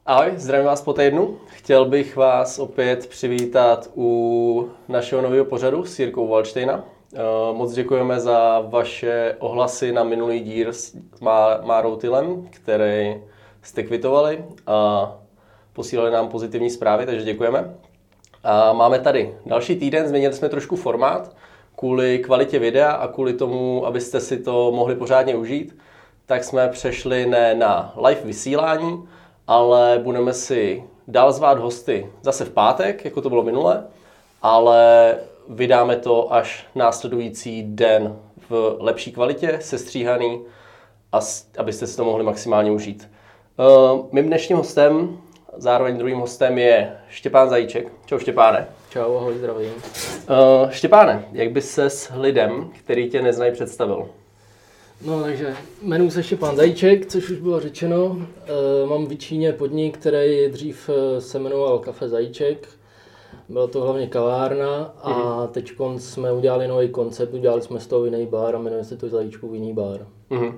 Ahoj, zdravím vás po týdnu. Chtěl bych vás opět přivítat u našeho nového pořadu s Jirkou Waldštejna. Moc děkujeme za vaše ohlasy na minulý díl s Márou Tylem, který jste kvitovali a posílali nám pozitivní zprávy, takže děkujeme. A máme tady další týden, změnili jsme trošku formát kvůli kvalitě videa a kvůli tomu, abyste si to mohli pořádně užít, tak jsme přešli ne na live vysílání, ale budeme si dál zvát hosty zase v pátek, jako to bylo minule, ale vydáme to až následující den v lepší kvalitě, sestříhaný, a abyste si to mohli maximálně užít. Mým dnešním hostem, zároveň druhým hostem je Štěpán Zajíček. Čau Štěpáne. Čau, ahoj, zdravím. Štěpáne, jak bys se s lidem, který tě neznají, představil? No, takže jmenuji se Štěpán Zajíček, což už bylo řečeno. Mám v Jičíně podnik, který dřív se jmenoval Kafe Zajíček. Byla to hlavně kavárna a teď jsme udělali nový koncept, udělali jsme z toho jiný bar a jmenuje se to Zajíčkův jiný bar.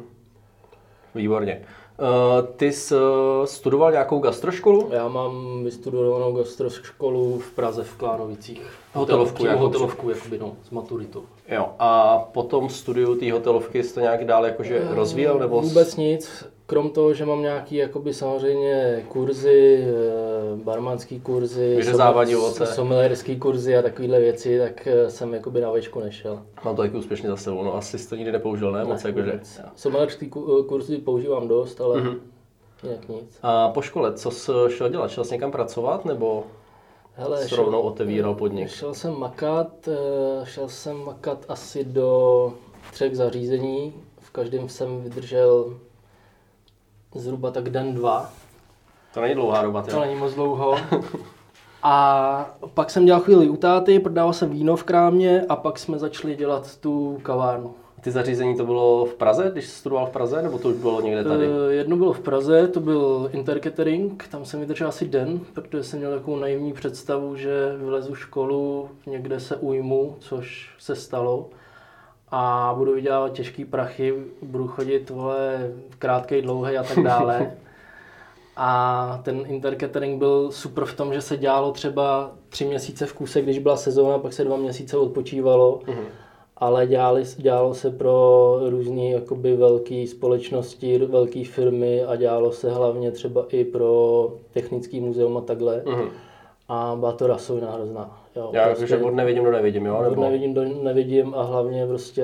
Výborně. Ty jsi studoval nějakou gastroškolu? Já mám vystudovanou gastroškolu v Praze v Klánovicích. Hotelovku, jakoby, no, s maturitou. Jo, a potom studiu té hotelovky jsi to nějak dál jakože rozvíjel? Nebo Vůbec nic, krom toho, že mám nějaký jakoby samozřejmě kurzy, barmanský kurzy, sommelierský kurzy a takovéhle věci, tak jsem jakoby na večku nešel. Mám to taky úspěšně za sebou, no asi jsi to nikdy nepoužil, ne? Moc jakože. Sommelierský kurzy používám dost, ale jinak nic. A po škole, co jsi šel dělat? Šel jsi někam pracovat, nebo jsi rovnou otevíral podnik? Šel jsem makat asi do 3 zařízení, v každém jsem vydržel zhruba tak den, 2. To není dlouhá doba, To není moc dlouho. A pak jsem dělal chvíli u táty, prodával jsem víno v krámě a pak jsme začali dělat tu kavárnu. Ty zařízení to bylo v Praze, když jsi studoval v Praze, nebo to už bylo někde tady? Jedno bylo v Praze, to byl Intercatering, tam jsem vydržel asi den, protože jsem měl takovou naivní představu, že vylezu školu, někde se ujmu, což se stalo. A budu vydělávat těžký prachy, budu chodit krátkej, dlouhej a tak dále. A ten Intercatering byl super v tom, že se dělalo třeba 3 měsíce v kuse, když byla sezóna, pak se 2 měsíce odpočívalo. Ale dělalo se pro různé jakoby velké společnosti, velké firmy a dělalo se hlavně třeba i pro technický muzeum a takhle. A byla to rasovina hrozná. Jo, já prostě, že od nevidím do nevidím, jo? Od nevidím do nevidím a hlavně prostě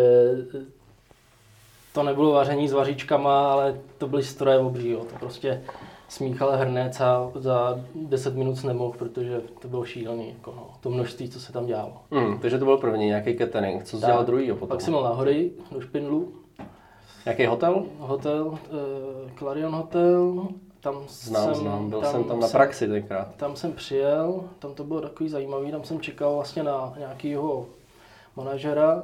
to nebylo vaření s vaříčkama, ale to byly stroje obří, jo. To prostě smíchal hrnec a za 10 minut nemohl, protože to bylo šílený, jako no, to množství, co se tam dělalo. Takže to byl první nějaký catering, co jsi dělal druhýho potom? Pak jsem měl na hory, do Špindlu. Jaký hotel? Hotel, Clarion Hotel. Znám, byl jsem tam na praxi tenkrát. Tam jsem přijel, tam to bylo takový zajímavý, tam jsem čekal vlastně na nějakýho manažera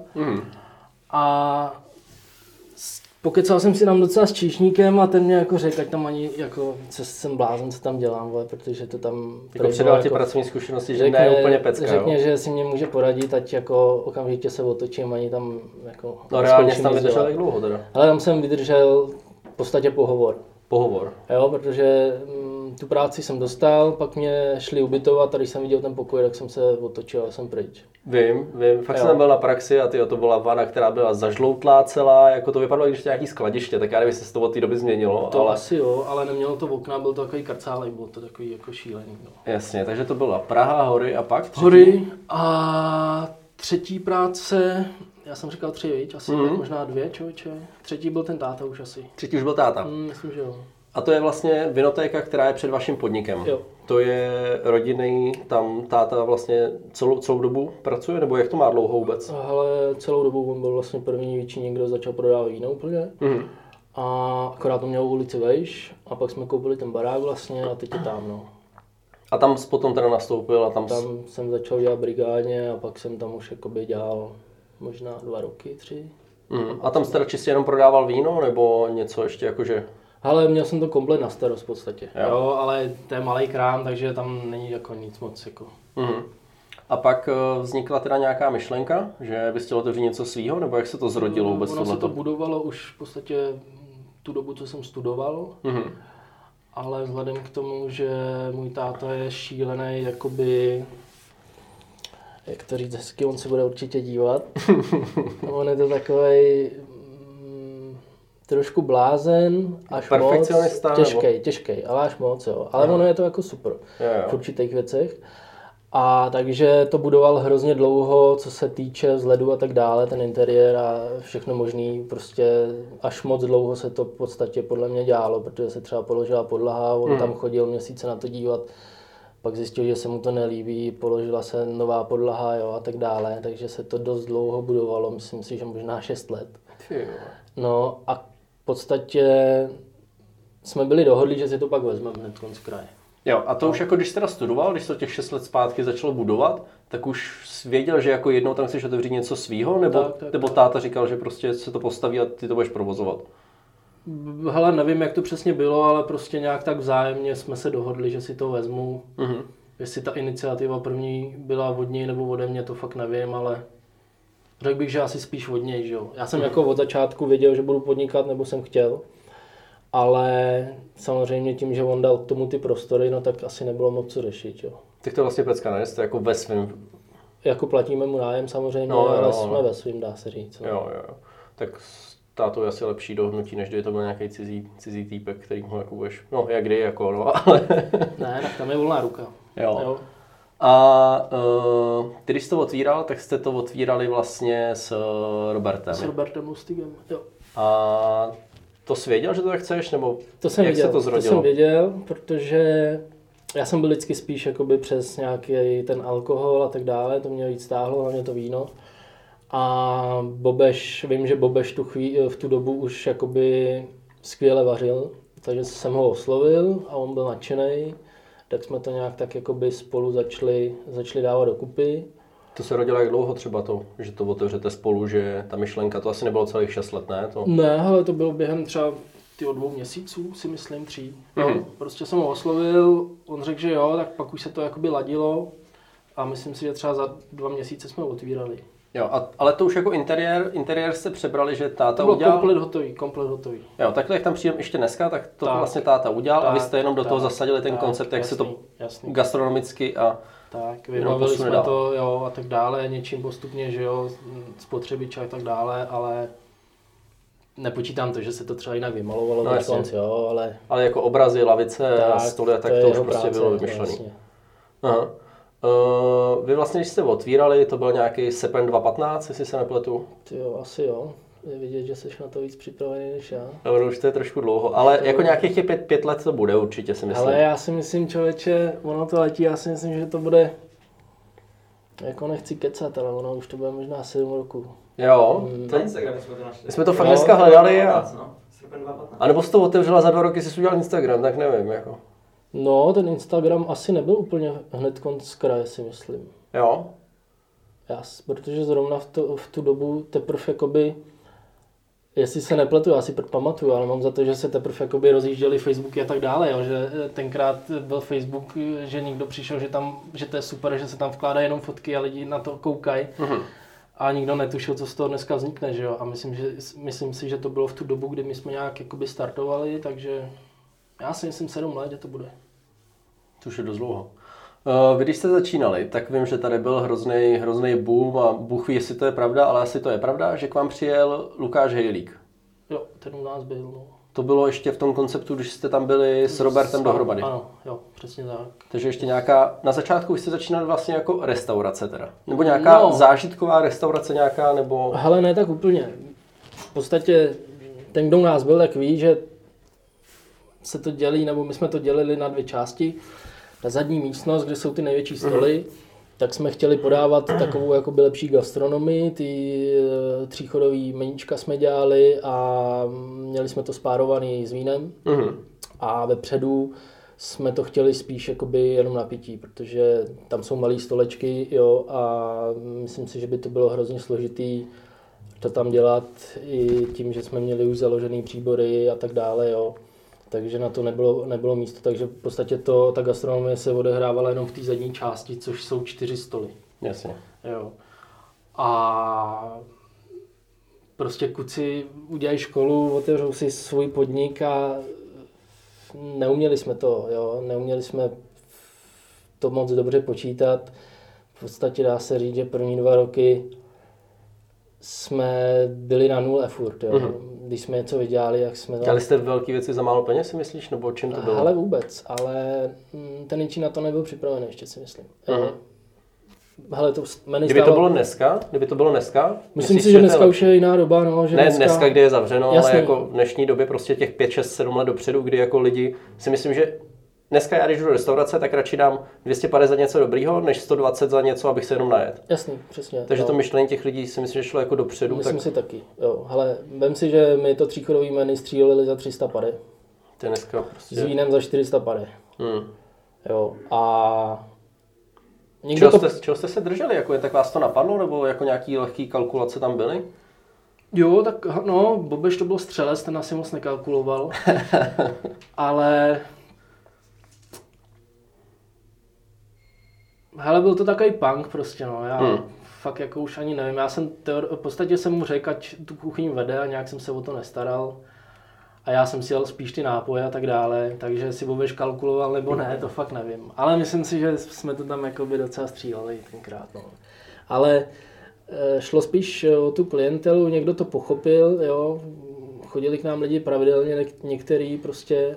a pokecal jsem si tam docela s číšníkem a ten mě jako řekl, ať tam ani, jako, co jsem blázen, co tam dělám, protože to tam... Jako předal ti pracovní zkušenosti, že ne úplně pecka, řekně, že si mě může poradit, ať jako okamžitě se otočím, ani tam jako... No reálně jsi tam vydržel jak dlouho teda? Ale tam jsem vydržel v podstatě pohovor. Jo, protože tu práci jsem dostal, pak mě šli ubytovat a když jsem viděl ten pokoj, tak jsem se otočil a jsem pryč. Vím, fakt jsem tam byl na praxi a to byla vana, která byla zažloutlá celá, jako to vypadalo, když to nějaký skladiště, tak já nevím, jestli se to od té doby změnilo. To ale... asi jo, ale nemělo to okna, byl to takový karcálej, bylo to takový jako šílený. No. Jasně, takže to byla Praha, hory a pak třetí? Hory a třetí práce, já jsem říkal 3, viď? Asi možná 2, člověče. Třetí byl ten táta už asi. Třetí už byl táta? Myslím, že jo. A to je vlastně vinotéka, která je před vaším podnikem. Jo. To je rodinný, tam táta vlastně celou dobu pracuje, nebo jak to má dlouho vůbec? Ale celou dobu on byl vlastně první v Jičíně, kdo začal prodávat víno úplně. A akorát to měl ulici vejš a pak jsme koupili ten barák vlastně a teď je tam, no. A tam potom teda nastoupil a tam jsem začal dělat brigádně a pak jsem tam už jakoby dělal možná 2 roky, 3. A tam jste teda čistě jenom prodával víno, nebo něco ještě jakože? Ale měl jsem to komplet na starost v podstatě, jo, ale to je malý krám, takže tam není jako nic moc jako. A pak vznikla teda nějaká myšlenka, že bys chtěl otevřít něco svýho, nebo jak se to zrodilo vůbec tohleto? Ono se to budovalo už v podstatě tu dobu, co jsem studoval. ale vzhledem k tomu, že můj táta je šílený, jakoby, jak to říct hezky, on se bude určitě dívat. On je to takovej trošku blázen, až moc, těžkej, ale až moc, jo. Ale ono je to jako super v určitých věcech. A takže to budoval hrozně dlouho, co se týče vzhledu a tak dále, ten interiér a všechno možný, prostě až moc dlouho se to v podstatě podle mě dělalo, protože se třeba položila podlaha, on tam chodil měsíce na to dívat, pak zjistil, že se mu to nelíbí, položila se nová podlaha, jo, a tak dále, takže se to dost dlouho budovalo, myslím si, že možná 6 let. No a v podstatě jsme byli dohodli, že si to pak vezmeme hned z kraje. Jo, a to už jako když jsi teda studoval, když to těch 6 let zpátky začalo budovat, tak už věděl, že jako jednou tam chceš otevřít něco svýho, nebo táta říkal, že prostě se to postaví a ty to budeš provozovat? Hele, nevím, jak to přesně bylo, ale prostě nějak tak vzájemně jsme se dohodli, že si to vezmu. Jestli ta iniciativa první byla od něj nebo ode mě, to fakt nevím, ale řekl bych, že asi spíš od něj, že jo. Já jsem jako od začátku věděl, že budu podnikat, nebo jsem chtěl. Ale samozřejmě tím, že on dal k tomu ty prostory, no tak asi nebylo moc co řešit, jo. Tak to vlastně pecka, ne? Jste jako ve svým. Jako platíme mu nájem samozřejmě, ale jsme ve svým, dá se říct. No. Jo. Tak s tátou je asi lepší dohodnutí, než kdyby to byl nějaký cizí týpek, který mu jako budeš, no jak kdy, jako no, ale... Ne, tak tam je volná ruka. Jo. A ty, když jsi to otvíral, tak jste to otvírali vlastně s Robertem. S Robertem Lustigem, jo. A to jsi věděl, že to tak chceš, nebo jak se to zrodilo? To jsem věděl, protože já jsem byl vždycky spíš jakoby přes nějaký ten alkohol a tak dále, to mě víc stáhlo, hlavně to víno. A Bobeš, vím, že Bobeš v tu dobu už jakoby skvěle vařil, takže jsem ho oslovil a on byl nadšenej, tak jsme to nějak tak jakoby spolu začali dávat dokupy. To se rodilo jak dlouho třeba to, že to otevřete spolu, že ta myšlenka, to asi nebylo celých 6 let, ne? Ne, ale to bylo během třeba 2 měsíců, si myslím 3. No, prostě jsem ho oslovil, on řekl, že jo, tak pak už se to jakoby ladilo a myslím si, že třeba za 2 měsíce jsme ho otvírali. Jo, ale to už jako interiér jste přebrali, že táta to udělal? Komplet hotový. Jo, takhle jak tam přijdem ještě dneska, tak to vlastně táta udělal a vy jste jenom do toho zasadili ten koncept, jak se to gastronomicky a tak, vybavili jsme to, jo, a tak dále, něčím postupně, že jo, spotřebiče a tak dále, ale nepočítám to, že se to třeba jinak vymalovalo, no, konc, jo, ale... Ale jako obrazy, lavice a stoly, tak to už prostě bylo vymyšlené. Aha. Vy vlastně, když jste otvírali, to byl nějaký srpen 2015, jestli se nepletu? Jo, asi jo. Je vidět, že jsi na to víc připravený než já. No, už to je trošku dlouho, ale to jako nějakých 5 let to bude určitě, si myslím. Ale já si myslím, člověče, ono to letí, já si myslím, že to bude, jako nechci kecat, ale ono už to bude možná 7 roku. Jo. Na Instagramu jsme to našli. My jsme to fakt dneska hledali Srpen 2015. A nebo jsi to otevřela za 2 roky, jsi udělal Instagram, tak nevím, jako. No, ten Instagram asi nebyl úplně hned konc z kraje, si myslím. Jo? Protože zrovna v tu dobu teprve jakoby, jestli se nepletu, já si pamatuju, ale mám za to, že se teprve jakoby rozjížděly Facebooky a tak dále, jo, že tenkrát byl Facebook, že někdo přišel, že to je super, že se tam vkládají jenom fotky a lidi na to koukají. A nikdo netušil, co z toho dneska vznikne, že jo. A myslím si, že to bylo v tu dobu, kdy my jsme nějak jakoby startovali, takže já si myslím 7 let, že to bude. To už je dost dlouho. Vy když jste začínali, tak vím, že tady byl hrozný boom a Bůh ví, jestli to je pravda, ale asi to je pravda, že k vám přijel Lukáš Hejlík. Jo, ten u nás byl. No. To bylo ještě v tom konceptu, když jste tam byli s Robertem dohromady. Ano, jo, přesně tak. Takže ještě nějaká, na začátku jste začínali vlastně jako restaurace teda? Nebo nějaká zážitková restaurace nějaká, nebo... Hele, ne tak úplně. V podstatě ten, kdo u nás byl, tak ví, že se to dělí, nebo my jsme to dělili na 2 části. Ta zadní místnost, kde jsou ty největší stoly, tak jsme chtěli podávat takovou jakoby lepší gastronomii, ty 3chodový meníčka jsme dělali a měli jsme to spárovaný s vínem. A vepředu jsme to chtěli spíš jakoby jenom na pití, protože tam jsou malé stolečky, jo, a myslím si, že by to bylo hrozně složitý to tam dělat i tím, že jsme měli už založený příbory a tak dále, jo. Takže na to nebylo místo, takže v podstatě ta gastronomie se odehrávala jenom v té zadní části, což jsou 4 stoly. Jasně. Jo. A prostě kluci udělají školu, otevřou si svůj podnik a neuměli jsme to, jo, neuměli jsme to moc dobře počítat. V podstatě dá se říct, že první 2 roky jsme byli na nule furt, jo. Když jsme něco vydělali, jak jsme... Dělali jste velké věci za málo peněz, si myslíš, nebo čím to bylo? Ale vůbec, ale ten Jičín na to nebyl připravený, ještě si myslím. Hele, to Kdyby to bylo dneska, myslím si, že dneska už je jiná doba, no, že ne dneska, kdy je zavřeno, jasný. Ale jako v dnešní době prostě těch 5, 6, 7 let dopředu, kdy jako lidi si myslím, že dneska já, když jdu do restaurace, tak radši dám 250 za něco dobrýho, než 120 za něco, abych se jenom najet. Jasný, přesně. Takže to myšlení těch lidí si myslím, že šlo jako dopředu. Myslím si taky, jo. Hele, vem si, že my to 3chodový menu stříleli za 300 pady. To je dneska prostě... S vínem za 400 pady. Jo, a... Čeho jste se drželi? Jako, tak vás to napadlo, nebo jako nějaký lehký kalkulace tam byly? Jo, tak no, Bobeš to byl střelec, ten asi moc nekalkuloval. Ale... Hele, byl to takový punk prostě, no. Já fakt jako už ani nevím. Já jsem v podstatě jsem mu řekl, ať tu kuchyň vede a nějak jsem se o to nestaral. A já jsem si jel spíš ty nápoje a tak dále, takže si Bobeš kalkuloval nebo ne, to fakt nevím. Ale myslím si, že jsme to tam jakoby docela stříleli tenkrát, no. Ale šlo spíš o tu klientelu, někdo to pochopil, jo. Chodili k nám lidi pravidelně, některý prostě,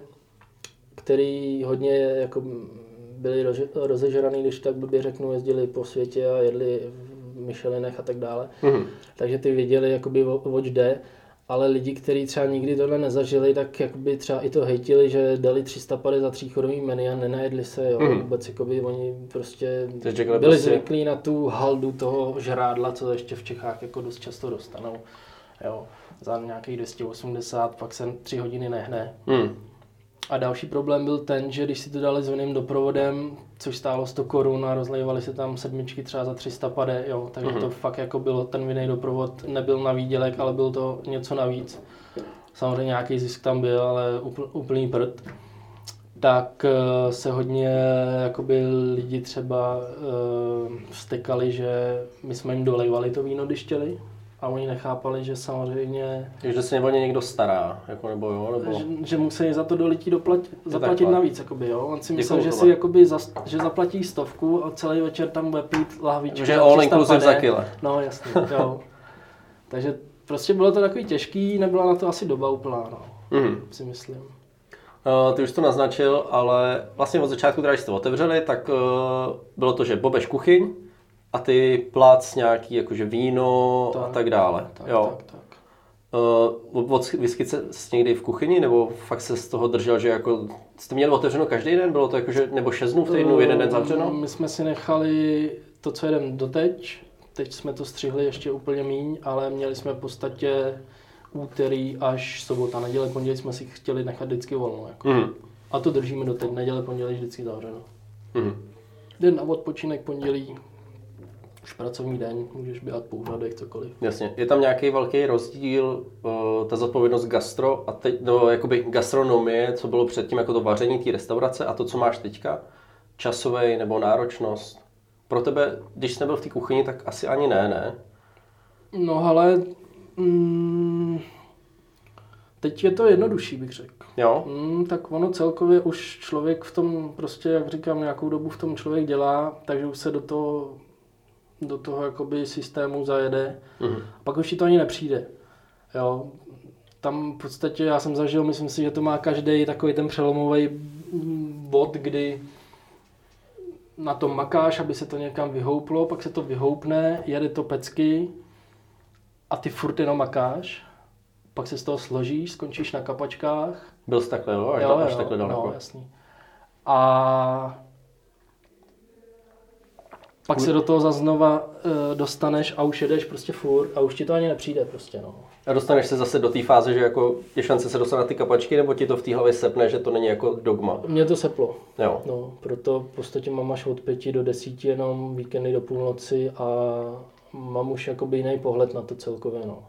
který hodně jako byli rozežraný, když tak blbě řeknu, jezdili po světě a jedli v Michelinech a tak dále. Takže ty věděli, jakoby oč jde. Ale lidi, kteří třeba nikdy tohle nezažili, tak jakoby třeba i to hejtili, že dali 300 pady za 3chodový menu a nenajedli se, jo. Vůbec jakoby oni prostě byli zvyklí na tu haldu toho žrádla, co ještě v Čechách jako dost často dostanou. Jo. Za nějakých 280, pak se 3 hodiny nehne. A další problém byl ten, že když si to dali s vinným doprovodem, což stálo 100 korun a rozlejovali se tam 7 třeba za 300 pady, jo, takže to fakt jako bylo, ten vinný doprovod nebyl na výdělek, ale byl to něco navíc. Samozřejmě nějaký zisk tam byl, ale úplný prd. Tak se hodně jakoby lidi třeba vztekali, že my jsme jim dolejvali to víno, když chtěli. A oni nechápali, že samozřejmě... Že se nebo někdo stará, jako nebo jo, nebo... Že musí za to dolití zaplatit navíc, jakoby, jo. On si myslel, že si jakoby že zaplatí 100 a celý večer tam bude pít lahvičku. Že all inclusive za kilo. No jasně, jo. Takže prostě bylo to takový těžký, nebyla na to asi doba úplná, no. Si myslím. Ty už to naznačil, ale vlastně od začátku, když jste otevřeli, tak bylo to, že Bobeš kuchyň, a ty plác nějaký jakože víno a tak dále. Tak. Vyskyt se někdy v kuchyni, nebo fakt se z toho držel, že jako jste měli otevřeno každý den, bylo to jakože, nebo 6 dnů v týdnu, jeden den zavřeno? My jsme si nechali to, co jedeme doteď. Teď jsme to střihli ještě úplně míň, ale měli jsme v podstatě úterý až sobota, neděle, pondělí jsme si chtěli nechat vždycky volno. Jako. A to držíme doteď, neděle, pondělí vždycky zavřeno. Den na odpočinek, pondělí. Už pracovní den, můžeš běhat po úřadech, cokoliv. Jasně. Je tam nějaký velký rozdíl, ta zodpovědnost gastro a teď, no, jakoby gastronomie, co bylo předtím, jako to vaření té restaurace a to, co máš teďka? Časový nebo náročnost? Pro tebe, když jsi nebyl v té kuchyni, tak asi ani ne? No ale teď je to jednodušší, bych řekl. Jo? Tak ono celkově už člověk v tom, prostě jak říkám, nějakou dobu v tom člověk dělá, takže už se do toho jakoby systému zajede. Pak už ti to ani nepřijde. Jo. Tam v podstatě já jsem zažil, myslím si, že to má každý takový ten přelomový bod, kdy na tom makáš, aby se to někam vyhouplo, pak se to vyhoupne, jede to pecky a ty furt jenom makáš. Pak se z toho složíš, skončíš na kapačkách. Byl jsi takhle, jo? Až takhle daleko. No, jasný. A pak se do toho zase znova dostaneš a už jedeš prostě furt a už ti to ani nepřijde prostě, no. A dostaneš se zase do té fáze, že jako je šance se dostat na ty kapačky, nebo ti to v té hlavě sepne, že to není jako dogma? Mně to seplo. Jo. No, proto v podstatě mám až od 5 do 10 jenom víkendy do půlnoci a mám už jakoby jiný pohled na to celkově, no.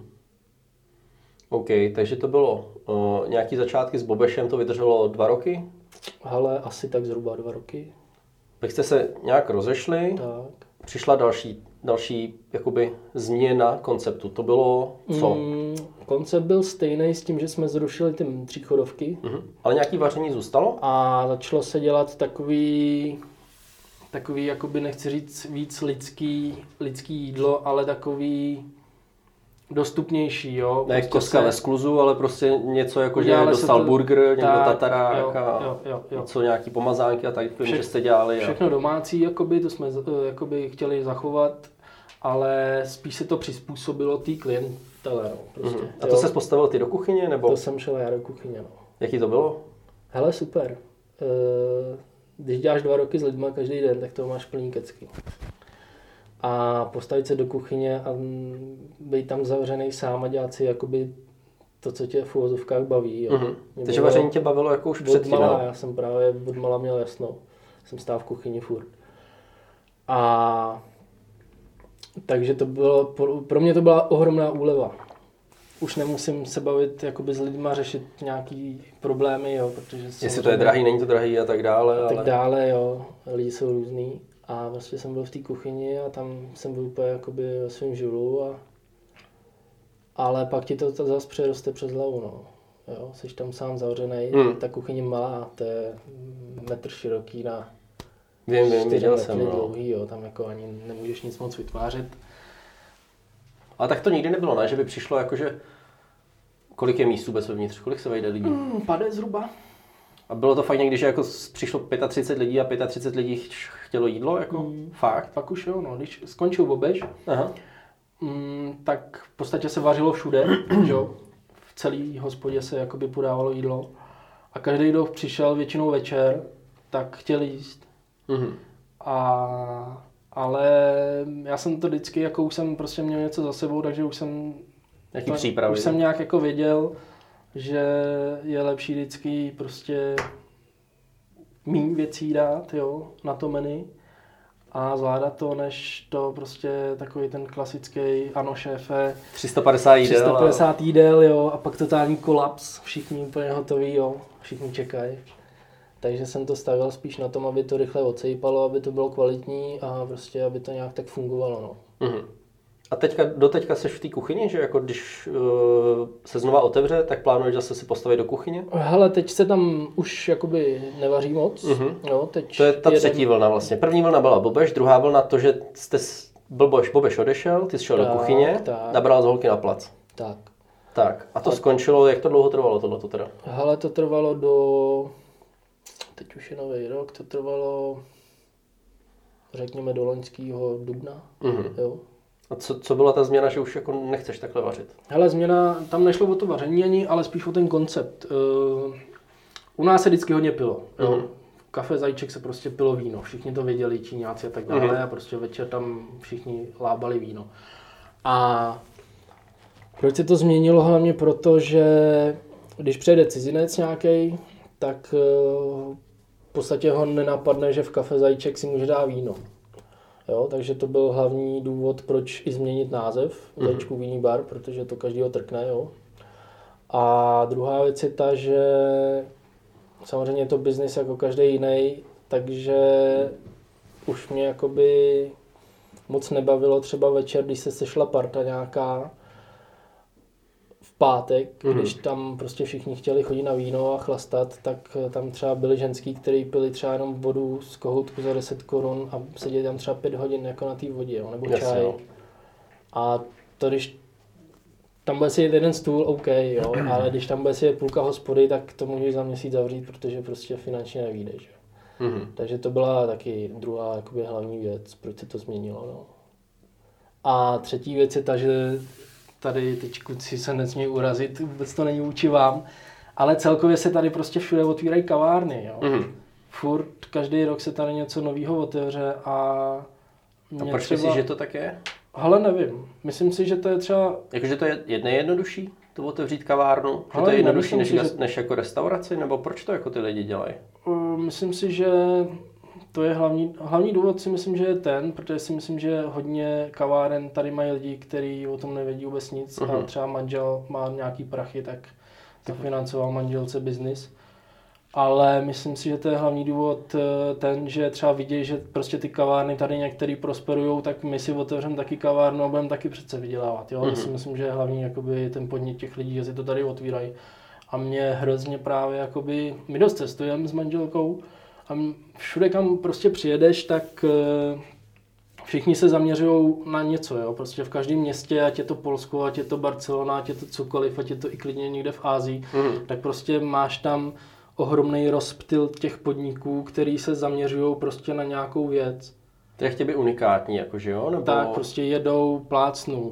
OK, takže to bylo nějaký začátky s Bobešem, to vydrželo 2 roky? Ale asi tak zhruba 2 roky. Pak jste se nějak rozešli, Tak. přišla další další jakoby změna konceptu? To bylo co? Koncept byl stejný s tím, že jsme zrušili ty tříchodovky. Ale nějaký vaření zůstalo? A začalo se dělat takový jakoby nechci říct víc lidský jídlo, ale takový dostupnější, jo. Ne prostě koska ve skluzu, ale prostě něco jako, že dostal burger, někdo tatarák a něco nějaký pomazánky a tak, že jste dělali. Všechno domácí, jakoby, to jsme jakoby chtěli zachovat, ale spíš se to přizpůsobilo té klientele, no, prostě. A to se postavil ty do kuchyně, nebo? To jsem šel já do kuchyně, no. Jaký to bylo? Hele, super. Když děláš 2 roky s lidma každý den, tak to máš plný kecky. A postavit se do kuchyně a být tam zavřený sám a dělat si jakoby to, co tě v uvozovkách baví. Jo. Takže vaření tě bavilo jako už předtím? Já jsem právě od mala měl jasno. Jsem stál v kuchyni furt. A takže to bylo, pro mě to byla ohromná úleva. Už nemusím se bavit jakoby s lidma, řešit nějaký problémy, jo, protože... Jestli to je drahý, není to drahý a tak dále. A tak dále, jo. Lidi jsou různý. A vlastně jsem byl v té kuchyni a tam jsem byl úplně jakoby ve svém živlu. Ale pak ti to zase přeroste přes hlavu, no. Jo, jsi tam sám zavřenej, ta kuchyně malá, to je metr široký na 4 metry dlouhý, jo. Tam jako ani nemůžeš nic moc vytvářet. Ale tak to nikdy nebylo, ne? Že by přišlo jakože... Kolik je míst vůbec vevnitř? Kolik se vejde lidí? 50 zhruba. A bylo to fakt někdy, že jako přišlo 35 lidí a 35 lidí chtělo jídlo? Jako? Fakt? Pak už jo, no. Když skončil bobež, tak v podstatě se vařilo všude, jo. V celé hospodě se jakoby podávalo jídlo. A každý, kdo přišel většinou večer, tak chtěl jíst. Ale já jsem to vždycky, jako už jsem prostě měl něco za sebou, takže už jsem... Už jsem nějak jako věděl, že je lepší vždycky prostě méně věcí dát, jo, na to menu a zvládat to, než to prostě takový ten klasický, ano šéfe, 350 jídel, jo, a pak totální kolaps, všichni úplně hotoví, jo, všichni čekají. Takže jsem to stavil spíš na tom, aby to rychle odsejpalo, aby to bylo kvalitní a prostě, aby to nějak tak fungovalo, no. A doteďka seš v té kuchyni, že jako když se znova otevře, tak plánuješ zase si postavit do kuchyně? Hele, teď se tam už jakoby nevaří moc. Jo, teď to je ta třetí vlna vlastně. První vlna byla Bobeš, druhá vlna to, že jste Bobeš odešel, ty jsi šel do kuchyně, nabral z holky na plac. Tak. A to skončilo, jak to dlouho trvalo tohleto teda? Hele, to trvalo do... Teď už je nový rok, to trvalo řekněme do loňského dubna. Jo. A co byla ta změna, že už jako nechceš takhle vařit? Hele, změna, tam nešlo o to vaření ani, ale spíš o ten koncept. U nás se vždycky hodně pilo. Jo. V Kafe Zajíček se prostě pilo víno. Všichni to věděli, Číňáci a tak dále. A prostě večer tam všichni lábali víno. A proč se to změnilo? Hlavně proto, že když přijde cizinec nějaký, tak v podstatě ho nenapadne, že v Kafe Zajíček si může dát víno. Jo, takže to byl hlavní důvod, proč i změnit název Zajíčkův víní bar, protože to každýho trkne. Jo. A druhá věc je ta, že samozřejmě je to biznis jako každý jiný, takže už mě jakoby moc nebavilo třeba večer, když se sešla parta nějaká v pátek, když tam prostě všichni chtěli chodit na víno a chlastat, tak tam třeba byli ženský, kteří pili třeba jenom vodu z kohoutku za 10 korun a seděli tam třeba 5 hodin jako na té vodě, jo, nebo čaj. Jo. A to když tam bude sedět jeden stůl, OK, jo, ale když tam bude sedět půlka hospody, tak to můžeš za měsíc zavřít, protože prostě finančně nevyjdeš. Takže to byla taky druhá jakoby hlavní věc, proč se to změnilo. No. A třetí věc je ta, že tady teď kluci se nesmí urazit, vůbec to není vůči vám, ale celkově se tady prostě všude otvírají kavárny, jo. Furt každý rok se tady něco nového otevře a proč myslíš, že to tak je? Hele, nevím. Myslím si, že to je třeba... Jakože to je nejjednodušší, to otevřít kavárnu? Že to je jednodušší než jako restauraci? Nebo proč to jako ty lidi dělají? Myslím si, že to je hlavní důvod si myslím, že je ten, protože si myslím, že hodně kaváren tady mají lidi, kteří o tom nevědí vůbec nic a třeba manžel má nějaký prachy, tak zafinancoval manželce biznis. ale myslím si, že to je hlavní důvod ten, že třeba vidějí, že prostě ty kavárny tady některý prosperují, tak my si otevřeme taky kavárnu a budeme taky přece vydělávat. Jo? To si myslím, že je hlavní jakoby, ten podnět těch lidí, že si to tady otvírají. A mě hrozně právě, jakoby, my dost cestujeme s manželkou a všude, kam prostě přijedeš, tak všichni se zaměřují na něco, jo? Prostě v každém městě, ať je to Polsko, ať je to Barcelona, ať je to cokoliv, ať je to i klidně někde v Ázii, tak prostě máš tam ohromný rozptyl těch podniků, který se zaměřují prostě na nějakou věc. To je chtějí být unikátní, jakože jo? Nebo... Tak prostě jedou plácnu,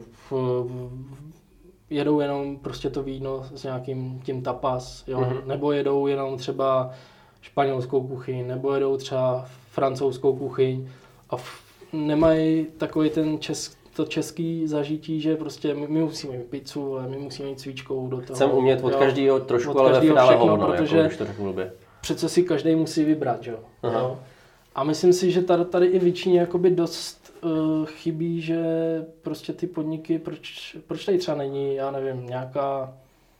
jedou jenom prostě to víno s nějakým tím tapas, jo? Nebo jedou jenom třeba španělskou kuchyň, nebo jedou třeba francouzskou kuchyň a nemají takový ten to český zažití, že prostě my musíme mít pizzu, ale my musíme mít svíčkou do toho. Chcem umět od každého trošku, ale ve finále hovno, protože jako, když to řeknu blbě. Přece si každý musí vybrat, že jo. A myslím si, že tady i většině jakoby dost chybí, že prostě ty podniky, proč tady třeba není, já nevím, nějaká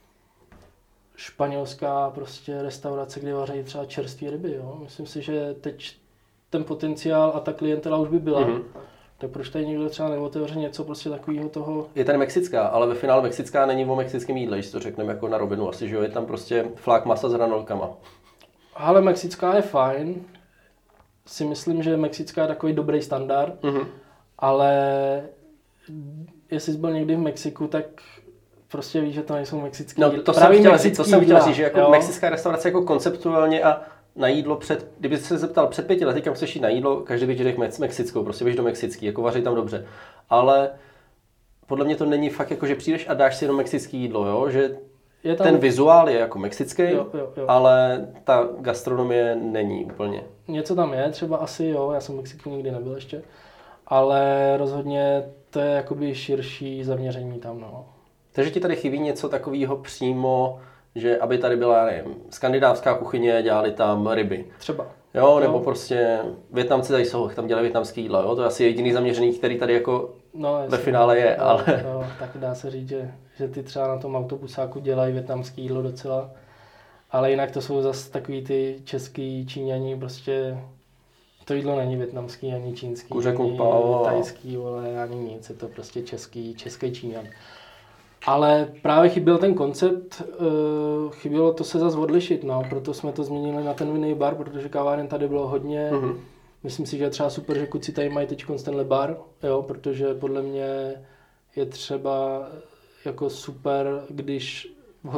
španělská prostě restaurace, kde vaří třeba čerstvé ryby, jo. Myslím si, že teď ten potenciál a ta klientela už by byla. Tak proč tady někdo třeba neotevře něco prostě takového toho? Je tady mexická, ale ve finále mexická není o mexickém jídle, když to řekneme jako na rovinu asi, že jo, je tam prostě flák masa s hranolkama. Ale mexická je fajn, si myslím, že mexická je takový dobrý standard, ale jestli jsi byl někdy v Mexiku, tak prostě víš, že to nejsou mexický jídla. To jsem chtěl říct, že jako jo? Mexická restaurace jako konceptuálně a na jídlo kdyby se zeptal před 5 lety, kam chceš jít na jídlo, každý by řekl mexickou, prostě běž do mexický, jako vaří tam dobře. Ale podle mě to není fakt jako, že přijdeš a dáš si jenom mexický jídlo, jo? Že je tam... ten vizuál je jako mexický, jo. ale ta gastronomie není úplně. Něco tam je, třeba asi jo, já jsem v Mexiku nikdy nebyl ještě, ale rozhodně to je jakoby širší zaměření tam, no. Takže ti tady chybí něco takového přímo, že aby tady byla, nevím, skandinávská kuchyně, dělali tam ryby. Třeba. Jo, nebo prostě Vietnamci tady jsou, tam dělají vietnamský jídla, jo, to je asi jediný zaměřený, který tady jako ve finále je, ale... No, tak dá se říct, že ty třeba na tom autobusáku dělají vietnamský jídlo docela, ale jinak to jsou zase takový ty český Číňani, prostě to jídlo není vietnamský, ani čínský, ani tajský, ale ani nic, je to prostě český Číňan. Ale právě chyběl ten koncept, chybělo to se zase odlišit, no, proto jsme to změnili na ten vinný bar, protože kaváren tady bylo hodně. Myslím si, že je třeba super, že kluci tady mají teď tenhle bar, jo, protože podle mě je třeba jako super, když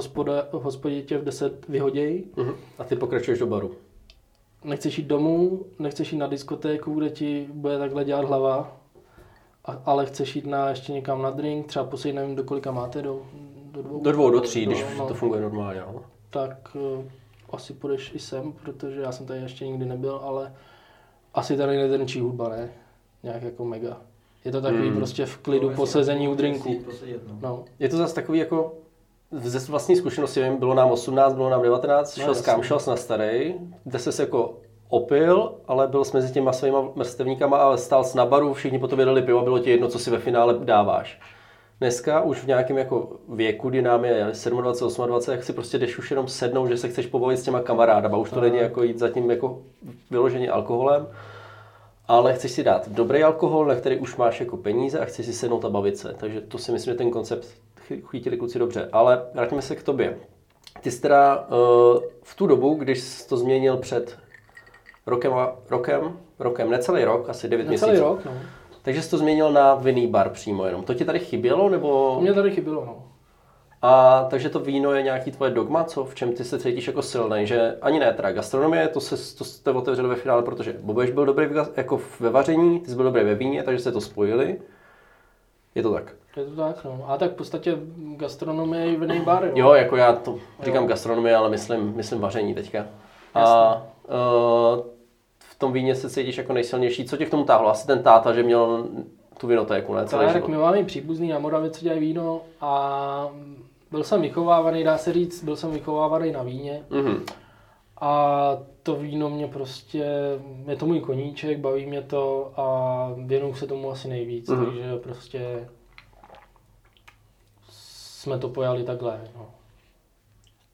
v hospodě tě v 10 vyhodějí. A ty pokračuješ do baru. Nechceš jít domů, nechceš jít na diskotéku, kde ti bude takhle dělat hlava, ale chceš jít ještě někam na drink, třeba poslední, nevím, do kolika máte, do 2? Do 2, do 3, když to funguje normálně. No. Tak asi půjdeš i sem, protože já jsem tady ještě nikdy nebyl, ale asi tady netrčí hudba, ne? Nějak jako mega. Je to takový prostě v klidu posezení u drinku. No. Je to zase takový jako, ze vlastní zkušenosti, vím, bylo nám 18, bylo nám 19, šel jsi na starý, kde ses jako opil, ale byl jsi mezi těma svýma vrstevníkama a stál jsi na baru, všichni po tobě dali pivo a bylo ti jedno, co si ve finále dáváš. Dneska už v nějakém jako věku, kdy nám je 27, 28, jak si prostě jdeš už jenom sednout, že se chceš pobavit s těma kamarádama, už to není jako jít za tím jako vyloženě alkoholem, ale chceš si dát dobrý alkohol, na který už máš jako peníze a chceš si sednout a bavit se. Takže to si myslím, že ten koncept chytili kluci dobře. Ale vrátíme se k tobě. Ty jsi teda v tu dobu, když jsi to změnil před rokem, necelý rok, asi 9 měsíců. Necelý rok, no. Takže jsi to změnil na vinný bar přímo jenom. To ti tady chybělo, nebo? Mně tady chybělo, no. A takže to víno je nějaký tvoje dogma, v čem ty se cítíš jako silnej, že ani ne teda gastronomie, to jste otevřeli ve finále, protože Bobeš byl dobrý jako ve vaření, ty jsi byl dobrý ve víně, takže se to spojili. Je to tak? Je to tak, no. A tak v podstatě gastronomie je vinný bar, jo. Jo, jako já to říkám gastronomie, ale myslím vaření teďka. A v tom víně se cítíš jako nejsilnější. Co tě k tomu táhlo? Asi ten táta, že měl tu vinotéku, ne? Celý život. Tak my máme příbuzný na Moravě, co dělají víno a byl jsem vychovávaný, dá se říct, na víně. A to víno mě prostě, je to můj koníček, baví mě to a věnuju se tomu asi nejvíc, takže prostě jsme to pojali takhle. No.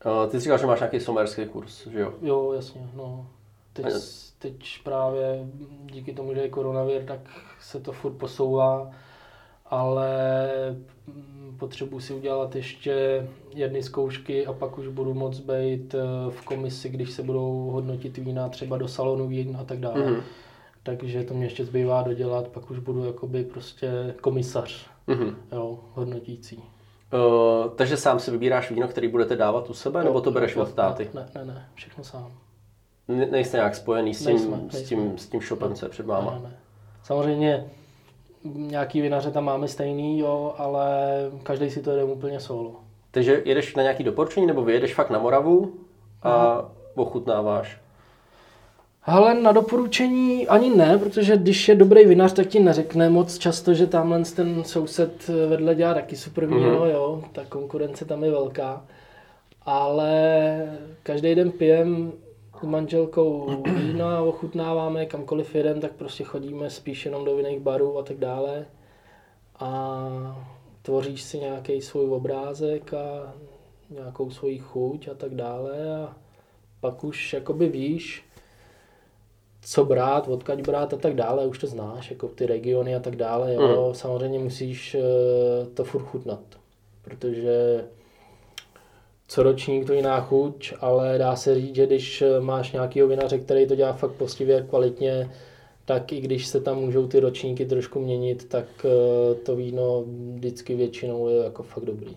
Ty jsi říkal, že máš nějaký somerský kurz, že jo? Jo, jasně, no. Teď právě díky tomu, že je koronavir, tak se to furt posouvá, ale potřebuji si udělat ještě jedny zkoušky a pak už budu moct být v komisi, když se budou hodnotit vína třeba do salonu vín a tak dále. Mm-hmm. Takže to mě ještě zbývá dodělat, pak už budu jakoby prostě komisař, jo, hodnotící. Takže sám si vybíráš víno, který budete dávat u sebe, nebo to bereš od táty? Ne, všechno sám. Nejste nějak spojený s tím shopem, co je před váma? Ne. Samozřejmě nějaký vinaře tam máme stejný, jo, ale každý si to jede úplně solo. Takže jedeš na nějaký doporučení, nebo vyjedeš fakt na Moravu a ochutnáváš? Hele, na doporučení ani ne, protože když je dobrý vinař, tak ti neřekne moc často, že tamhle ten soused vedle dělá taky super víno, jo, ta konkurence tam je velká. Ale každý den pijem s manželkou vína, ochutnáváme, kamkoliv jedem, tak prostě chodíme spíš jenom do vinných barů a tak dále. A tvoříš si nějaký svůj obrázek a nějakou svoji chuť a tak dále. A pak už jakoby víš, co brát, odkud brát a tak dále, už to znáš, jako ty regiony a tak dále, jo. Samozřejmě musíš to furt chutnat, protože co ročník to jiná chuť, ale dá se říct, že když máš nějakýho vinaře, který to dělá fakt poctivě a kvalitně, tak i když se tam můžou ty ročníky trošku měnit, tak to víno vždycky většinou je jako fakt dobrý.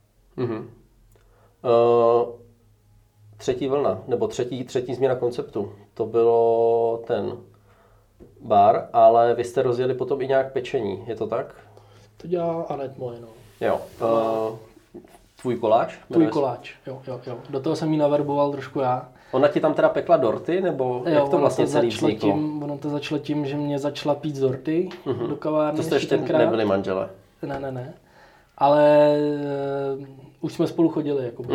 Třetí vlna, nebo třetí změna konceptu, to bylo ten bar, ale vy jste rozjeli potom i nějak pečení, je to tak? To dělá Anet moje, no. Jo. Tvůj koláč? Tvůj koláč, jo. Do toho jsem jí naverboval trošku já. Ona ti tam teda pekla dorty, nebo jak to vlastně celý vzniklo? Ono to začalo tím, že mě začala pít z dorty do kavárny. To jste ještě nebyli manžele? Ne. Ale už jsme spolu chodili, jakoby.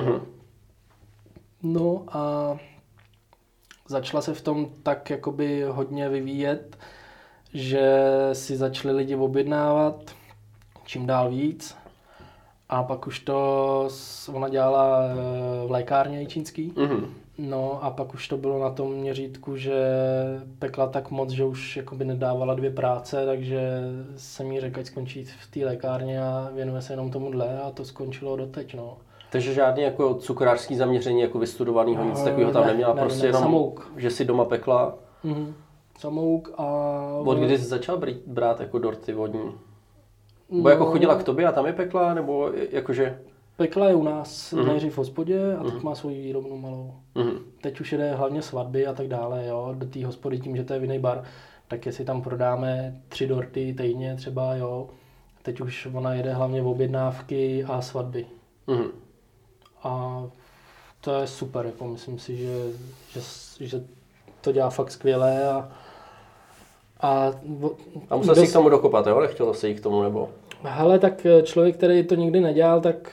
No a začala se v tom tak jakoby hodně vyvíjet, že si začali lidi objednávat čím dál víc. A pak už to ona dělala v lékárně čínský. No a pak už to bylo na tom měřítku, že pekla tak moc, že už jakoby nedávala 2 práce, takže jsem jí řekl, ať skončí v té lékárně a věnuje se jenom tomuhle a to skončilo doteď, no. Takže žádný jako cukrářský zaměření jako vystudovanýho, nic takového tam neměla, prostě jenom, samouk. Že si doma pekla. Samouk a... Od kdy jsi začal brát jako dorty vodní? Bo jako chodila k tobě a tam je pekla, nebo jakože... Pekla je u nás nejdřív v hospodě a teď má svoji výrobnu malou. Teď už jede hlavně svatby a tak dále, jo, do té hospody tím, že to je vinný bar, tak jestli tam prodáme 3 dorty týdně třeba, jo. Teď už ona jede hlavně v objednávky a svatby. A to je super, jako myslím si, že to dělá fakt skvěle a musel si k tomu dokopat, jo? Nechtělo se jí k tomu, nebo? Hele, tak člověk, který to nikdy nedělal, tak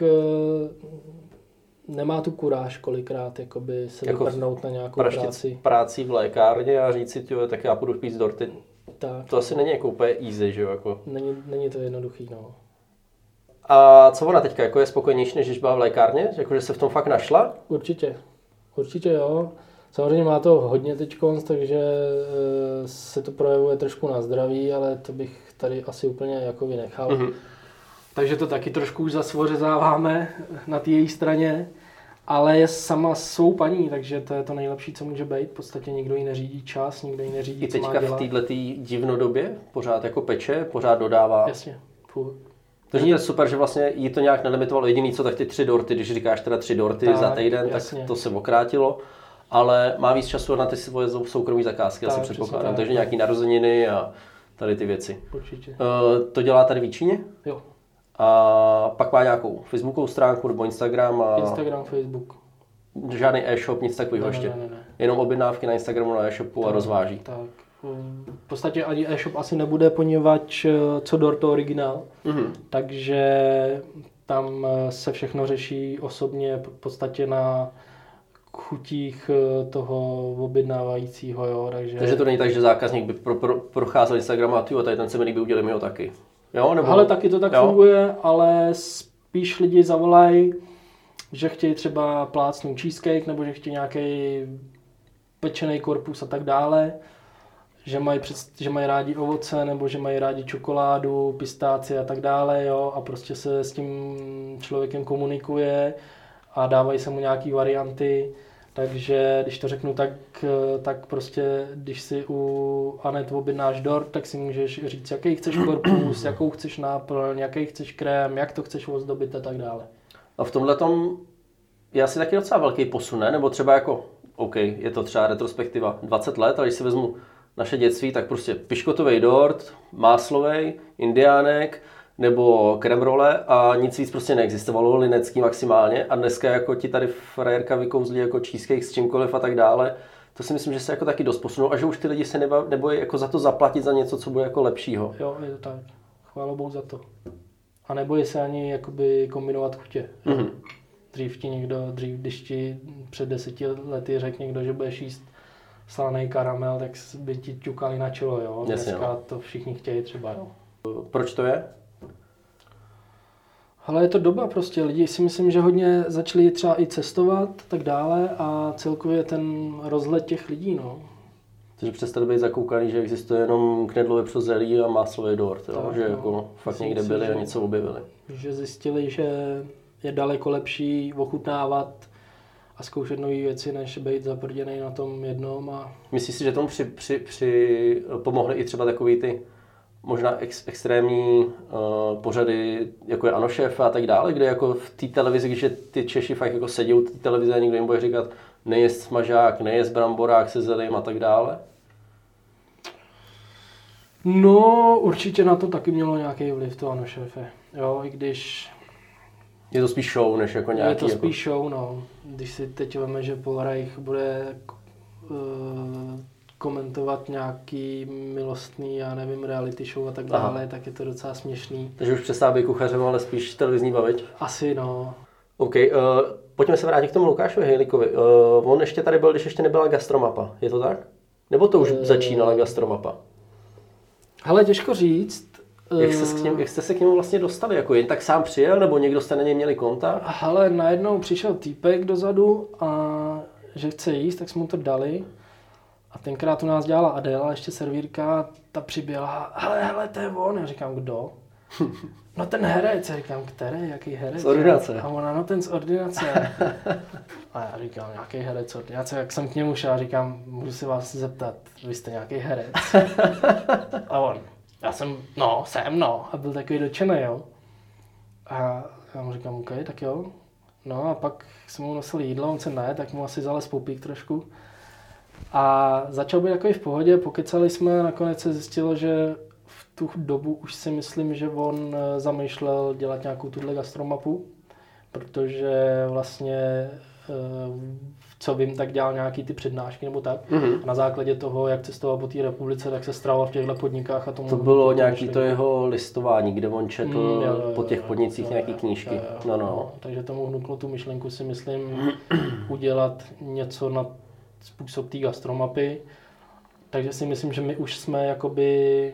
nemá tu kuráž kolikrát, jakoby se jako vyprdnout na nějakou práci v lékárně a říct si, tyjo, tak já půjdu pít z dorty. Tak. To asi není jako úplně easy, že jo? Jako. Není to jednoduchý, no. A co ona teďka, jako je spokojenější, než když byla v lékárně? Jakože se v tom fakt našla? Určitě jo. Samozřejmě má to hodně teďkonc, takže se to projevuje trošku na zdraví, ale to bych tady asi úplně jako vynechal. Takže to taky trošku už zasvořezáváme na té její straně, ale je sama svou paní, takže to je to nejlepší, co může být. V podstatě nikdo jí neřídí čas, nikdo jí neřídí, co má dělat. I teďka v této divnodobě pořád jako peče, pořád dodává. Jasně, furt. Takže to je super, že vlastně jí to nějak nelimitovalo. Jediný co, tak ty 3 dorty, když říkáš teda 3 dorty tak, za týden, jasně. Tak to se okrátilo. Ale má víc času na ty svoje soukromé zakázky, asi předpokládám. Takže nějaký narozeniny a tady ty věci. Určitě. To dělá tady v Jíčíně? Jo. A pak má nějakou facebookovou stránku nebo Instagram? Instagram, Facebook. Žádný e-shop, nic takového ještě? Ne. Jenom objednávky na Instagramu, na e-shopu a rozváží? Tak. V podstatě ani e-shop asi nebude, poněvadž co dort to originál. Takže tam se všechno řeší osobně, v podstatě na chutích toho objednávajícího, jo, takže to není tak, že zákazník by procházel Instagram a tady ten se mi líbí, udělej mi ho taky. Jo, nebo... Ale taky to tak funguje, ale spíš lidi zavolají že chtějí třeba plácnout cheesecake, nebo že chtějí nějaký pečený korpus a tak dále, že mají rádi ovoce, nebo že mají rádi čokoládu, pistáci a tak dále, jo, a prostě se s tím člověkem komunikuje a dávají se mu nějaký varianty. Takže když to řeknu, tak prostě, když si u Anet objednáš dort, tak si můžeš říct, jaký chceš korpus, jakou chceš náplň, jaký chceš krém, jak to chceš ozdobit a tak dále. A v tomhletom je asi taky docela velký posun, ne? Nebo třeba jako, OK, je to třeba retrospektiva 20 let, ale když si vezmu naše dětství, tak prostě piškotový dort, máslovej, indiánek, nebo kremrole a nic víc prostě neexistovalo, linecký maximálně a dneska jako ti tady frajerka vykouzlí jako cheesecake s čímkoliv a tak dále. To si myslím, že se jako taky dost posunou a že už ty lidi se nebojí jako za to zaplatit za něco, co bude jako lepšího. Jo, je to tak. Chvála Bohu za to. A nebojí se ani jakoby kombinovat chutě. Mm-hmm. Dřív, když ti před 10 lety řekl někdo, že budeš jíst slaný karamel, tak by ti ťukali na čelo, jo. Dneska to všichni chtějí třeba, jo. Proč to je? Ale je to doba prostě, lidi si myslím, že hodně začali třeba i cestovat a tak dále a celkově ten rozhled těch lidí, no. Takže přestali být zakoukaný, že existuje jenom knedlo vepřozelí a máslový dort, jo? Tak, že no, jako fakt někde byli a něco objevili. Že zjistili, že je daleko lepší ochutnávat a zkoušet nové věci, než být zaprděnej na tom jednom. A... Myslíš si, že tomu pomohly i třeba takový ty možná extrémní pořady, jako je Ano šéf a tak dále, kde jako v té televizi, když ty Češi fakt jako sedí u té televize a někdo jim bude říkat nejest smažák, nejest bramborák se zelím a tak dále? No, určitě na to taky mělo nějaký vliv to Ano šéfe. Jo, i když... Je to spíš show, než jako nějaký... Je to spíš show, no. Když si teď veme, že Paul Reich bude komentovat nějaký milostný, já nevím, reality show a tak dále, tak je to docela směšný. Takže už přestává být kuchařem, ale spíš televizní bavič? Asi, no. OK, pojďme se vrátit k tomu Lukášovi Hejlíkovi. On ještě tady byl, když ještě nebyla gastromapa, je to tak? Nebo to už začínala gastromapa? Hele, těžko říct. Jak jste se k němu vlastně dostali? Jako jen tak sám přijel, nebo někdo jste na něj měli kontakt? Hele, najednou přišel týpek dozadu a že chce jíst, tak jsme mu to dali. A tenkrát u nás dělala Adéla, ještě servírka, ta přiběhla, hele, to je on. Já říkám, kdo? No ten herec. Já říkám, který, jaký herec? Z ordinace. A ona, no ten z ordinace. A já říkám, nějaký herec z ordinace. Jak jsem k němu šel, říkám, můžu se vás zeptat, vy jste nějaký herec? A on, jsem. A byl takový dotčený, jo. A já mu říkám, OK, tak jo. No a pak jsem mu nosil jídlo, on se najet, tak mu asi zalez poupík trošku. A začal být takový v pohodě, pokecali jsme, nakonec se zjistilo, že v tu dobu už si myslím, že on zamýšlel dělat nějakou tuhle gastromapu, protože vlastně, co vím, tak dělal nějaký ty přednášky nebo tak. Mm-hmm. A na základě toho, jak cestoval po té republice, tak se stravoval v těchto podnikách. A tomu to bylo nějaký to jeho listování, kde on četl po těch podnicích nějaký knížky. No. Takže tomu hnuklo tu myšlenku, si myslím, udělat něco na způsob té gastromapy. Takže si myslím, že my už jsme jakoby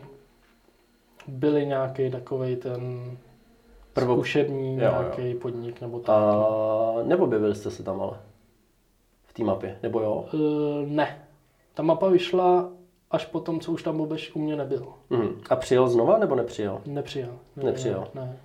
byli nějaký takovej ten zkušební nějaký podnik nebo tak. Neobjevili jste se tam ale v té mapě, nebo jo? Ne. Ta mapa vyšla až po tom, co už tam Bobeš u mě nebyl. A přijel znova nebo nepřijel? Nepřijel. Ne.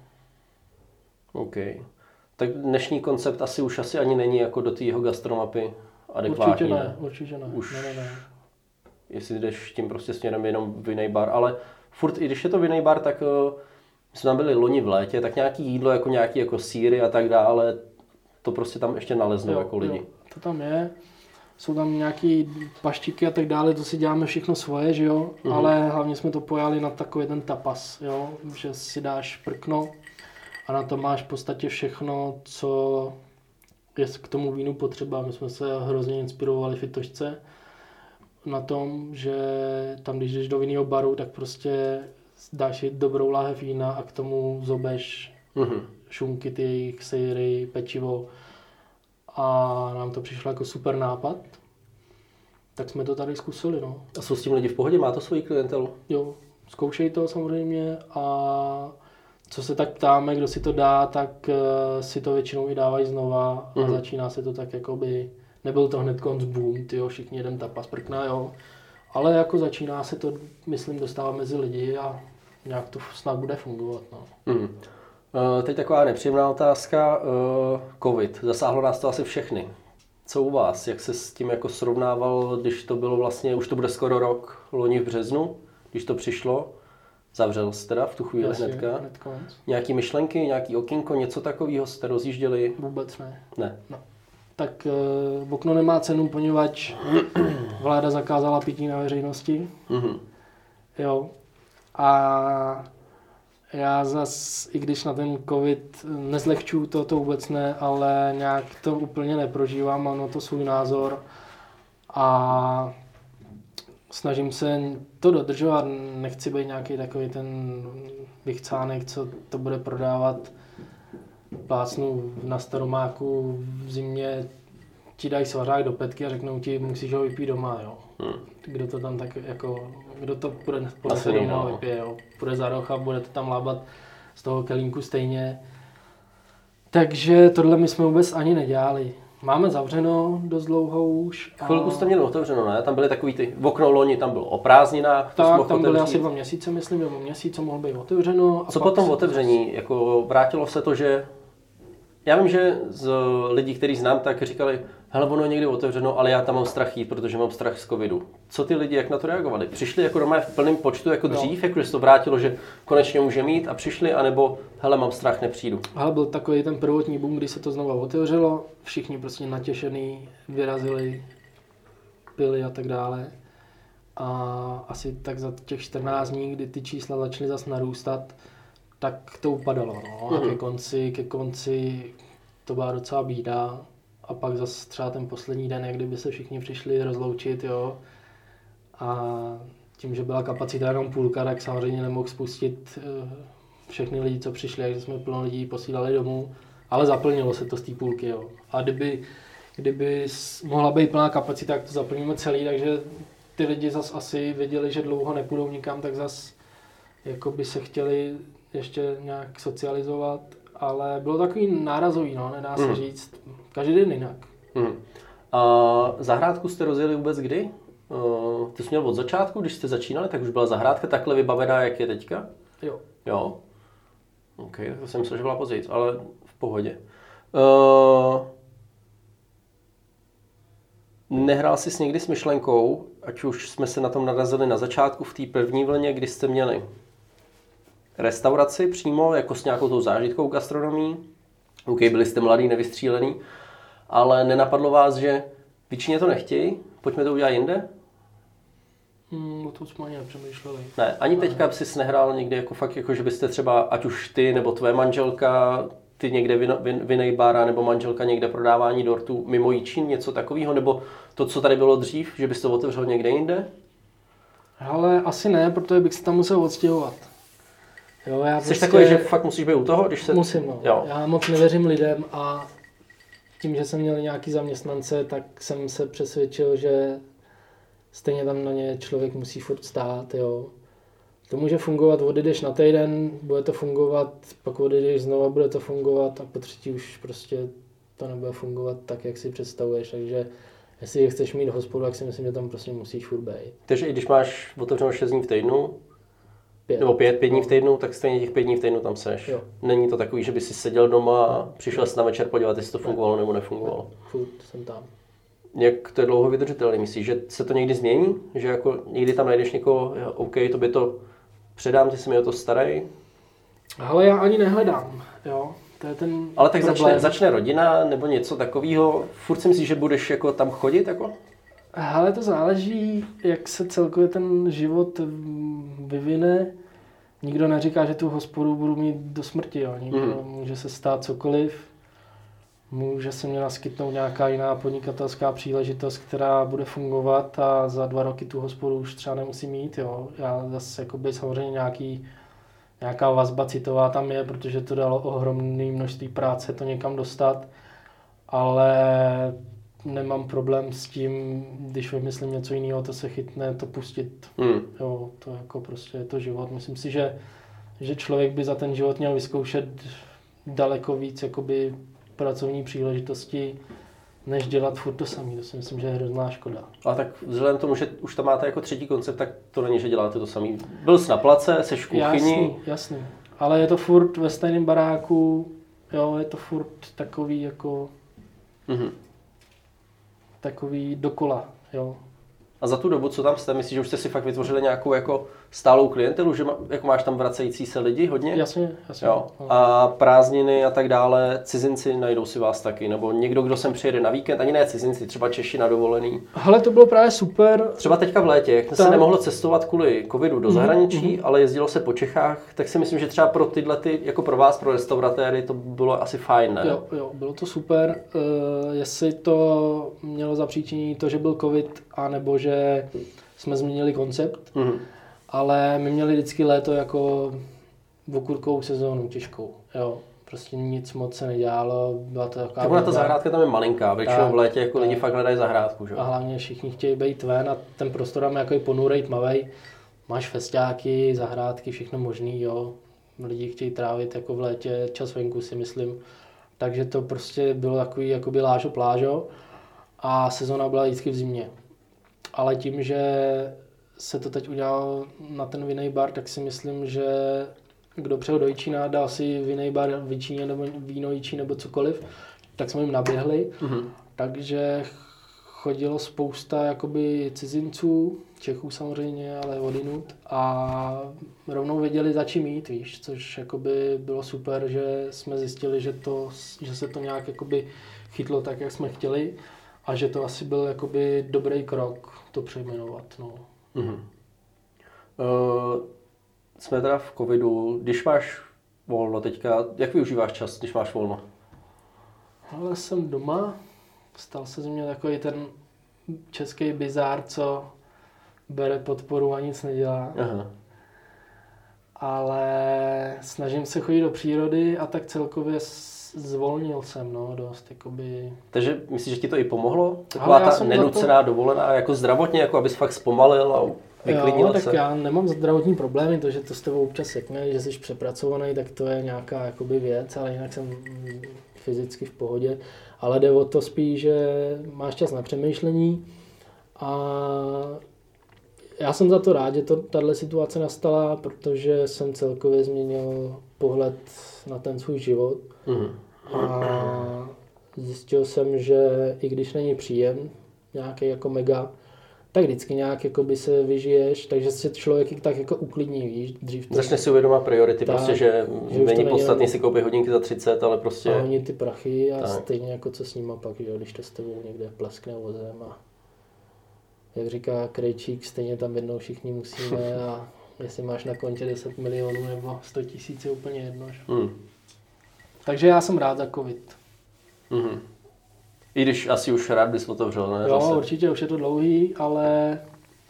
OK. Tak dnešní koncept asi ani není jako do té jeho gastromapy adekvátní. Určitě ne. Už ne. Jestli jdeš tím prostě směrem jenom vinný bar, ale furt, i když je to vinný bar, tak jsme tam byli loni v létě, tak nějaký jídlo, jako nějaký jako sýry a tak dále, to prostě tam ještě naleznou jako lidi. Jo, to tam je. Jsou tam nějaký paštiky a tak dále, to si děláme všechno svoje, že jo, ale hlavně jsme to pojali na takový ten tapas, jo, že si dáš prkno a na to máš v podstatě všechno, co je k tomu vínu potřeba. My jsme se hrozně inspirovali v Itošce na tom, že tam, když jdeš do vinného baru, tak prostě dáš si dobrou láhev vína a k tomu zobeš šunky, ty jejich sejry, pečivo. A nám to přišlo jako super nápad. Tak jsme to tady zkusili, no. A jsou s tím lidi v pohodě? Má to svoji klientelu? Jo, zkoušej to samozřejmě a co se tak ptáme, kdo si to dá, tak si to většinou i dávají znova a začíná se to tak jakoby, nebyl to hned konc boom, tyjo, všichni jeden tapas prkna, jo. Ale jako začíná se to, myslím, dostávat mezi lidi a nějak to snad bude fungovat, no. Teď taková nepříjemná otázka. Covid. Zasáhlo nás to asi všechny. Co u vás? Jak se s tím jako srovnával, když to bylo vlastně, už to bude skoro rok, loni v březnu, když to přišlo? Zavřel jste teda v tu chvíli hnedka? Nějaký myšlenky, nějaký okýnko, něco takového jste rozjížděli? Vůbec ne. Ne. No. Tak okno nemá cenu, poněvadž vláda zakázala pití na veřejnosti. Jo. A já zas, i když na ten covid nezlehčuju to vůbec ne, ale nějak to úplně neprožívám, mám na to svůj názor a snažím se to dodržovat, nechci být nějaký takový ten vychcánek, co to bude prodávat. Plácnu na Staromáku v zimě, ti dají svařák do petky a řeknou ti, musíš ho vypít doma, jo. Kdo to tam tak jako, kdo to půjde vypije, jo. Půjde za roh a bude to tam lábat z toho kelímku stejně. Takže tohle my jsme vůbec ani nedělali. Máme zavřeno dost dlouho už. Chvilku jste měli otevřeno, ne? Tam byly takový ty, v okno loni tam bylo o prázdninách. Tak, tam byly asi 2 měsíce, myslím, nebo měsíc, co mohlo být otevřeno. Co potom otevření? Jako vrátilo se to, že já vím, že z lidí, který znám, tak říkali, hele, ono je někdy otevřeno, ale já tam mám strach jít, protože mám strach z covidu. Co ty lidi, jak na to reagovali? Přišli jako doma v plném počtu jako dřív, jako že se to vrátilo, že konečně může mít a přišli, anebo hele, mám strach, nepřijdu? Ale byl takový ten prvotní boom, kdy se to znova otevřelo, všichni prostě natěšený, vyrazili, pili a tak dále. A asi tak za těch 14 dní, kdy ty čísla začaly zase narůstat, tak to upadalo, no. A ke konci to byla docela bída. A pak zase třeba ten poslední den, jak kdyby se všichni přišli rozloučit, jo. A tím, že byla kapacita jenom půlka, tak samozřejmě nemohl spustit všechny lidi, co přišli, takže jsme plno lidí posílali domů. Ale zaplnilo se to z té půlky, jo. A kdyby mohla být plná kapacita, tak to zaplníme celý, takže ty lidi zase asi věděli, že dlouho nepůjdou nikam, tak zase jako by se chtěli ještě nějak socializovat. Ale bylo takový nárazový, no, nedá se říct. Každý den jinak. A zahrádku jste rozjeli vůbec kdy? Ty jsi měl od začátku, když jste začínali, tak už byla zahrádka takhle vybavená, jak je teďka? Jo. Jo? OK, tak to jsem myslel, že byla později, ale v pohodě. Nehrál jsi někdy s myšlenkou, ať už jsme se na tom narazili na začátku v té první vlně, kdy jste měli restauraci přímo, jako s nějakou tou zážitkou gastronomií. OK, byli jste mladý, nevystřílený, ale nenapadlo vás, že většině to nechtějí, pojďme to udělat jinde? O tom jsme ani nepřemýšleli. Ne, ani teďka jsi nehrál někdy jako fakt, jako že byste třeba, ať už ty nebo tvoje manželka, ty někde vinej bára nebo manželka někde prodávání dortů mimo Jičín, něco takového, nebo to, co tady bylo dřív, že byste to otevřel někde jinde? Ale asi ne, protože bych se tam musel odstěhovat. Jo, já jsi prostě takový, že fakt musíš být u toho, když se... Musím, no. Jo. Já moc nevěřím lidem a tím, že jsem měl nějaký zaměstnance, tak jsem se přesvědčil, že stejně tam na ně člověk musí furt stát, jo. To může fungovat, odejdeš na týden, bude to fungovat, pak odejdeš znova, bude to fungovat a po třetí už prostě to nebude fungovat tak, jak si představuješ, takže jestli chceš mít hospodu, tak si myslím, že tam prostě musíš furt být. Takže i když máš otevřeno 6 dní v týdnu, 5. nebo 5 dní v týdnu, tak stejně těch 5 dní v týdnu tam seš. Jo. Není to takový, že by si seděl doma a přišel jsi na večer podívat, jestli to fungovalo nebo nefungovalo. Furt jsem tam. Jak to je dlouho vydržitelný? Myslíš, že se to někdy změní? Že jako někdy tam najdeš někoho, OK, tobě to předám, ty jsi mi o to starej? Ale já ani nehledám, jo. To je ten ale tak problém. začne rodina nebo něco takového. Furt si myslíš, že budeš jako tam chodit? Jako? Ale to záleží, jak se celkově ten život vyvine. Nikdo neříká, že tu hospodu budu mít do smrti. Jo. Může se stát cokoliv. Může se mě naskytnout nějaká jiná podnikatelská příležitost, která bude fungovat a za 2 roky tu hospodu už třeba nemusím mít. Jo. Já zase jakoby, samozřejmě nějaká vazba citová tam je, protože to dalo ohromné množství práce to někam dostat. Ale nemám problém s tím, když vymyslím něco jiného, to se chytne, to pustit. Jo, to jako prostě je to život. Myslím si, že že člověk by za ten život měl vyzkoušet daleko víc jakoby pracovní příležitosti, než dělat furt to samý. To si myslím, že je hrozná škoda. Ale tak vzhledem k tomu, že už tam máte jako třetí koncept, tak to není, že děláte to samý. Byl jsi na place, seš v kuchyni. Jasný. Ale je to furt ve stejném baráku, jo, je to furt takový jako... Takový dokola, jo. A za tu dobu, co tam jste, myslíš, že už jste si fakt vytvořili nějakou jako stálou klientelu, že jako máš tam vracející se lidi hodně? Jasně. Jo. A prázdniny a tak dále, cizinci najdou si vás taky, nebo někdo, kdo sem přijede na víkend, ani ne cizinci, třeba Češi na dovolený. Hele, to bylo právě super. Třeba teďka v létě, jak se nemohlo cestovat kvůli covidu do zahraničí, ale jezdilo se po Čechách, tak si myslím, že třeba pro tyhle, jako pro vás, pro restauratéry, to bylo asi fajn, ne? Jo, bylo to super. Jestli to mělo zapříčinění to, že byl covid, anebo že jsme změnili koncept, ale my měli vždycky léto jako okurkovou sezónu těžkou, jo. Prostě nic moc se nedělalo, byla to taková... Tak ona ta zahrádka tam je malinká, většinou v létě jako lidi fakt hledají zahrádku, že? A hlavně všichni chtějí být ven a ten prostor tam je jako ponurej, tmavej. Máš festiáky, zahrádky, všechno možný, jo. Lidi chtějí trávit jako v létě čas venku, si myslím. Takže to prostě bylo takový jakoby lážo plážo a sezóna byla vždycky v zimě. Ale tím, že se to teď udělalo na ten vinný bar, tak si myslím, že kdo přijel do Jičína, dal si vinný bar v Jičíně nebo víno Jičín nebo cokoliv, tak jsme jim naběhli. Takže chodilo spousta jakoby cizinců, Čechů samozřejmě, ale odinut a rovnou věděli, za čím jít, víš, což jakoby bylo super, že jsme zjistili, že se to nějak jakoby chytlo tak, jak jsme chtěli a že to asi byl jakoby dobrý krok to přejmenovat, no. Jsme teda v covidu, když máš volno teďka, jak využíváš čas, když máš volno? Ale jsem doma, stal se z mě takový ten český bizár, co bere podporu a nic nedělá. Aha. Ale snažím se chodit do přírody a tak celkově zvolnil jsem, no, dost, jakoby... Takže myslíš, že ti to i pomohlo? Taková ta nenucená dovolená, jako zdravotně, jako abys fakt zpomalil a vyklidnil se? Jo, tak já nemám zdravotní problémy, to, že to s tebou občas sekne, že jsi přepracovaný, tak to je nějaká jakoby věc, ale jinak jsem fyzicky v pohodě. Ale jde o to spíš, že máš čas na přemýšlení a já jsem za to rád, že tahle situace nastala, protože jsem celkově změnil pohled na ten svůj život. A zjistil jsem, že i když není příjem nějaký jako mega, tak vždycky nějak jakoby se vyžiješ, takže se člověk tak jako uklidní, víš, dřív. Začne si uvědomovat priority, tak, prostě, že není podstatný si koupit hodinky za 30, ale prostě... A honit ty prachy a tak. Stejně jako co s nima pak, že když to s tebou někde pleskne vozem a jak říká Krejčík, stejně tam jednou všichni musíme a jestli máš na kontě 10 milionů nebo 100 000 je úplně jedno. Takže já jsem rád za covid. I když asi už rád bys otevřel, ne? Jo, zase. určitě, už je to dlouhý, ale...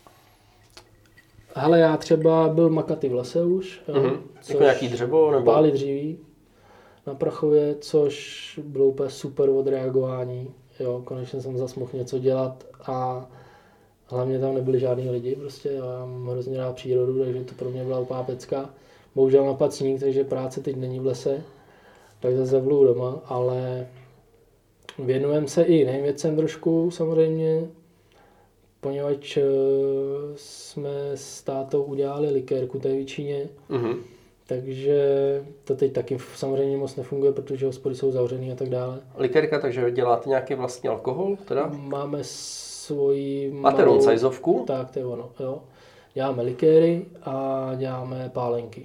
Hele, já třeba byl makatý v lese už. Jako nějaký dřevo? Nebo... Pálit dříví na Prachově, což bylo úplně super odreagování. Jo, konečně jsem zase mohl něco dělat a hlavně tam nebyli žádní lidi, prostě já mám hrozně rád přírodu, takže to pro mě byla úplná pecka. Bohužel napad sníh, takže práce teď není v lese, tak zase zavluju doma, ale věnujeme se i jiným věcem trošku samozřejmě, poněvadž jsme s tátou udělali likérku té v Jičíně, takže to teď taky samozřejmě moc nefunguje, protože hospody jsou zavřený a tak dále. Likérka, takže děláte nějaký vlastní alkohol teda? Máme svoji malou... Máte roncajzovku? Tak, to je ono, jo. Děláme likéry a děláme pálenky.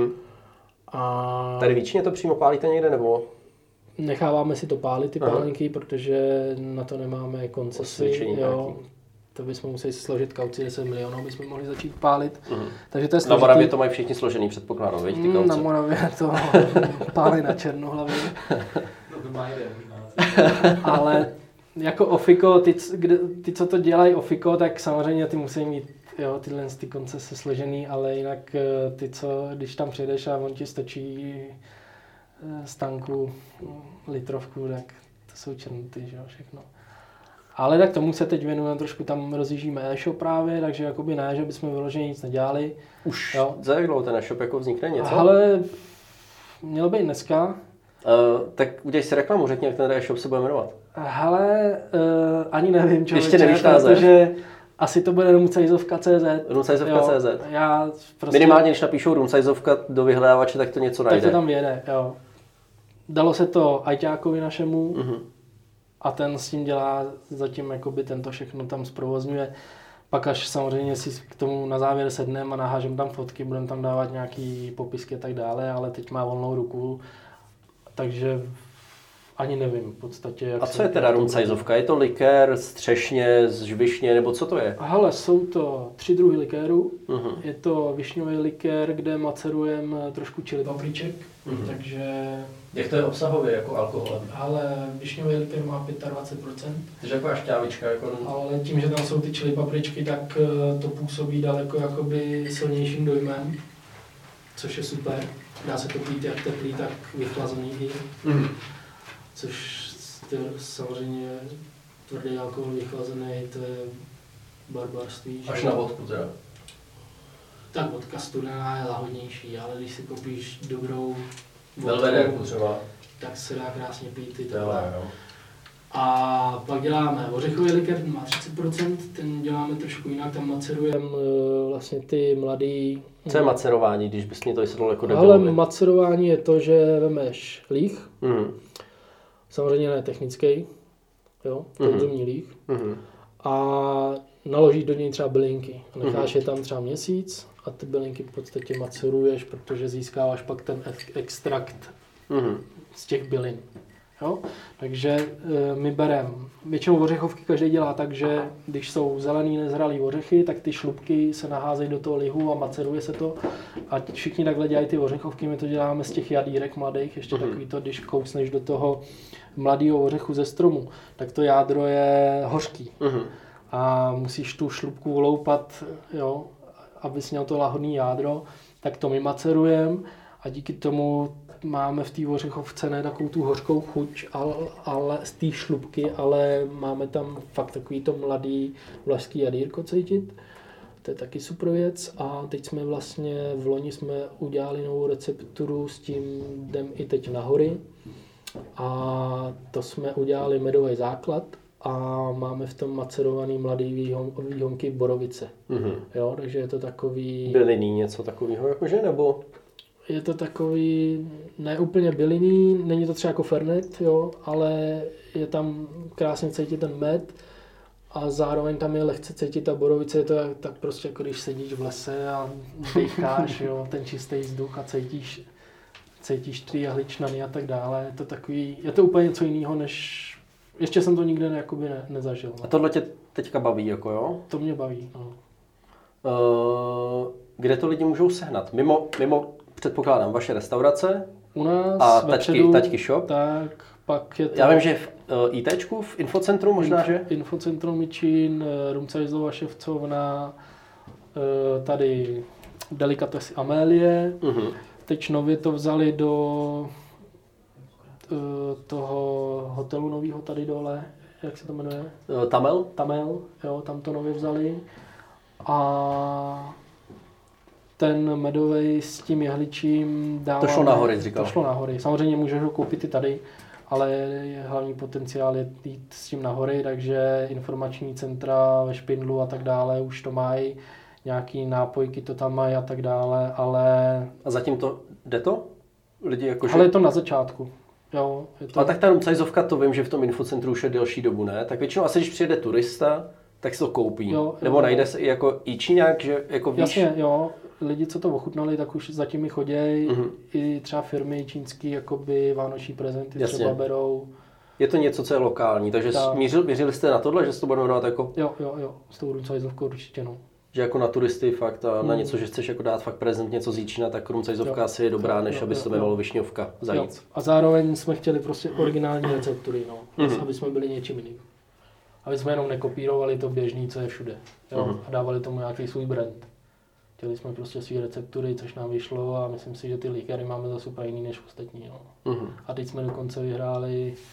A... Tady v Jičíně to přímo pálíte někde, nebo? Necháváme si to pálit, ty pálenky, protože na to nemáme koncesi. To bychom museli složit kauci 10 milionů, bychom mohli začít pálit. Takže to je složitý. Na Moravě to mají všichni složený, předpokládám, veď, ty kauce? Na Moravě to pálí na černo hlavně. No to má jeden. Ale jako ofiko, ty, co to dělají ofiko, tak samozřejmě ty musí mít tyhle ty koncese složený, ale jinak ty, co, když tam přijdeš a on ti stočí z tanku litrovku, tak to jsou černoty, že jo, všechno. Ale tak tomu se teď věnujeme, trošku tam rozjíždíme e-shop právě, takže jakoby ne, že bychom vyloženě nic nedělali. Už za jak dlouho ten e-shop jako vznikne něco? Ale mělo být dneska. Tak udělej si reklamu, řekni, jak ten e-shop se bude jmenovat. Hele, ani nevím, ještě nevíš název. Protože asi to bude Rumcajzovka.cz. Rumcajzovka.cz. Já prostě, minimálně, když napíšou Rumcajzovka do vyhledávače, tak to něco najde. Tak to tam vyjede, jo. Dalo se to ajťákovi našemu a ten s tím dělá zatím jakoby tento všechno tam zprovozňuje. Pak až samozřejmě si k tomu na závěr sedneme a nahážem tam fotky, budeme tam dávat nějaký popisky a tak dále, ale teď má volnou ruku, takže ani nevím v podstatě. Jak a co je teda Rumcajzovka? Je to likér z třešně, z višně, nebo co to je? Hele, jsou to 3 druhy likéru. Je to višňový likér, kde macerujeme trošku chili papriček, takže... Jak to je obsahově jako alkohol? Ale višňový likér má 25%. Takže jako šťávička. Jako... Ale tím, že tam jsou ty chili papričky, tak to působí daleko jakoby silnějším dojmem, což je super. Dá se to pít jak teplý, tak vychlazený i. Což samozřejmě tvrdý alkohol vychlazený, to je barbarství. Až na vodku teda. Tak vodka studená je lahodnější, ale když si koupíš dobrou Belvederku třeba, tak se dá krásně pít i tohle. A pak děláme ořechový likér, ten má 30%, ten děláme trošku jinak, tam macerujeme vlastně ty mladý... Co je macerování, když bys mi to vysvětlil jako debilovi? Ale debilovi? macerování je to, že vemeš líh, samozřejmě ne technický, jo, konzumní líh, a naložíš do něj třeba bylinky a necháš je tam třeba měsíc a ty bylinky v podstatě maceruješ, protože získáváš pak ten extrakt z těch bylin. Jo? Takže my bereme, většinou ořechovky každý dělá tak, že když jsou zelený nezralý ořechy, tak ty šlupky se naházejí do toho lihu a maceruje se to. A všichni takhle dělají ty ořechovky, my to děláme z těch jadírek mladých, ještě takový to, když kousneš do toho mladého ořechu ze stromu, tak to jádro je hořký. A musíš tu šlupku uloupat, jo, abys měl to lahodný jádro, tak to my macerujeme a díky tomu máme v té ořechovce ne takovou tu hořkou chuť, ale z té šlupky, ale máme tam fakt takový to mladý vlašský jadýrko cítit. To je taky super věc a teď jsme vlastně, v loni jsme udělali novou recepturu, s tím jdem i teď na hory a to jsme udělali medový základ a máme v tom macerovaný mladý výhonky borovice. Jo, takže je to takový... Bylinný něco takového jakože, nebo... Je to takový neúplně bylinný, není to třeba jako fernet, jo, ale je tam krásně cítit ten med a zároveň tam je lehce cítit ta borovice, je to tak prostě jako když sedíš v lese a dýcháš, jo, ten čistý vzduch a cítíš ty jahličnany a tak dále. Je to takový, je to úplně něco jiného, než ještě jsem to nikdy nezažil. No. A tohle tě teďka baví, jako jo? To mě baví, no. Kde to lidi můžou sehnat? Mimo předpokládám vaše restaurace u nás a taťky shop. Tak, pak je to... Já vím, že v ITčku, v infocentru možná, že? Infocentrum Mičín, Rumcajzlova ševcovna, tady delikatesy Amélie. Teď nově to vzali do toho hotelu nového tady dole, jak se to jmenuje? Tamel, jo, tam to nově vzali. A ten medovej s tím jehličím dáváme... To šlo na hory, říkal. To šlo na hory. Samozřejmě můžeš ho koupit i tady, ale hlavní potenciál je jít s tím na hory, takže informační centra ve Špindlu a tak dále už to mají. Nějaký nápojky to tam mají a tak dále, ale... A zatím to jde to? Lidi jakože... Ale je to na začátku. Jo, je to... Ale tak ta Rumcajzovka, to vím, že v tom infocentru už je delší dobu, ne? Tak většinou asi, když přijede turista, tak si to koupí. Jo, nebo najde se i jako i Číňák, že jako víš... Jasně, jo. Lidi, co to ochutnali, tak už zatím mi chodějí. I třeba firmy čínský, jakoby vánoční prezenty třeba berou. Je to něco, co je lokální, takže mířili jste na tohle, že se to bude jmenovat jako... Jo, s tou Rumcajzovkou určitě, no. Že jako na turisty fakt a na něco, že chceš jako dát fakt prezent něco z Jíčína, tak Rumcajzovka asi je dobrá, než aby se to jmenovalo Višňovka zajíc. A zároveň jsme chtěli prostě originální receptury, no. Aby jsme byli něčím jiným. Aby jsme jenom nekopírovali to běžný, co je všude. Jo? A dávali tomu nějaký svůj brand. Chtěli jsme prostě svý receptury, což nám vyšlo a myslím si, že ty likéry máme zase úplně jiný než ostatní. No. A teď jsme dokonce vyhráli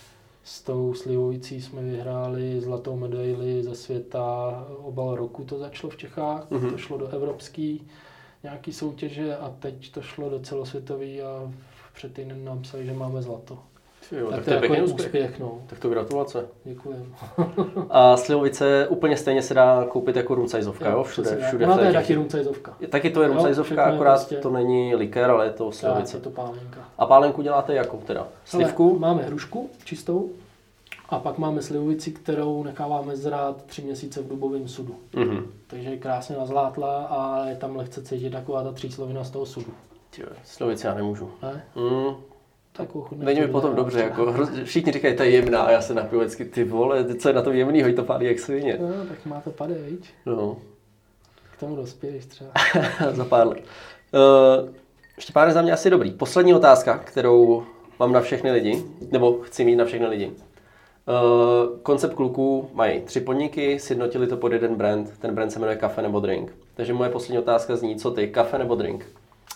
S tou slivovicí jsme vyhráli zlatou medaili ze světa, obal roku to začalo v Čechách, to šlo do evropský nějaký soutěže a teď to šlo do celosvětový a před týdnem nám psali, že máme zlato. Jo, tak to je pěkný úspěch. No. Tak to gratulace. Děkujem. A slivovice úplně stejně se dá koupit jako rumcajzovka, jo? Všude v té taky rumcajzovka. Taky to je rumcajzovka, akorát prostě... to není likér, ale je to slivovice. Tak, je to pálenka. A pálenku děláte jakou teda? Slivku? Ale máme hrušku čistou a pak máme slivovici, kterou necháváme zrát 3 měsíce v dubovém sudu. Takže je krásně nazlátlá a je tam lehce cítit taková ta tříslovina z toho sudu. Slivovici já nemůžu. Ne? Není mi potom dobře, jako všichni říkají, to je jemná a já se napiju vždycky, ty vole, co je na tom jemnýho, to pálí jak svině. No, tak má to pade, víš? No. K tomu dospěješ třeba. Za pár let. Štěpáne, za mě asi dobrý. Poslední otázka, kterou mám na všechny lidi, nebo chci mít na všechny lidi. Koncept kluků mají 3 podniky, sjednotili to pod jeden brand, ten brand se jmenuje Kafe nebo Drink. Takže moje poslední otázka zní, co ty, kafe nebo drink?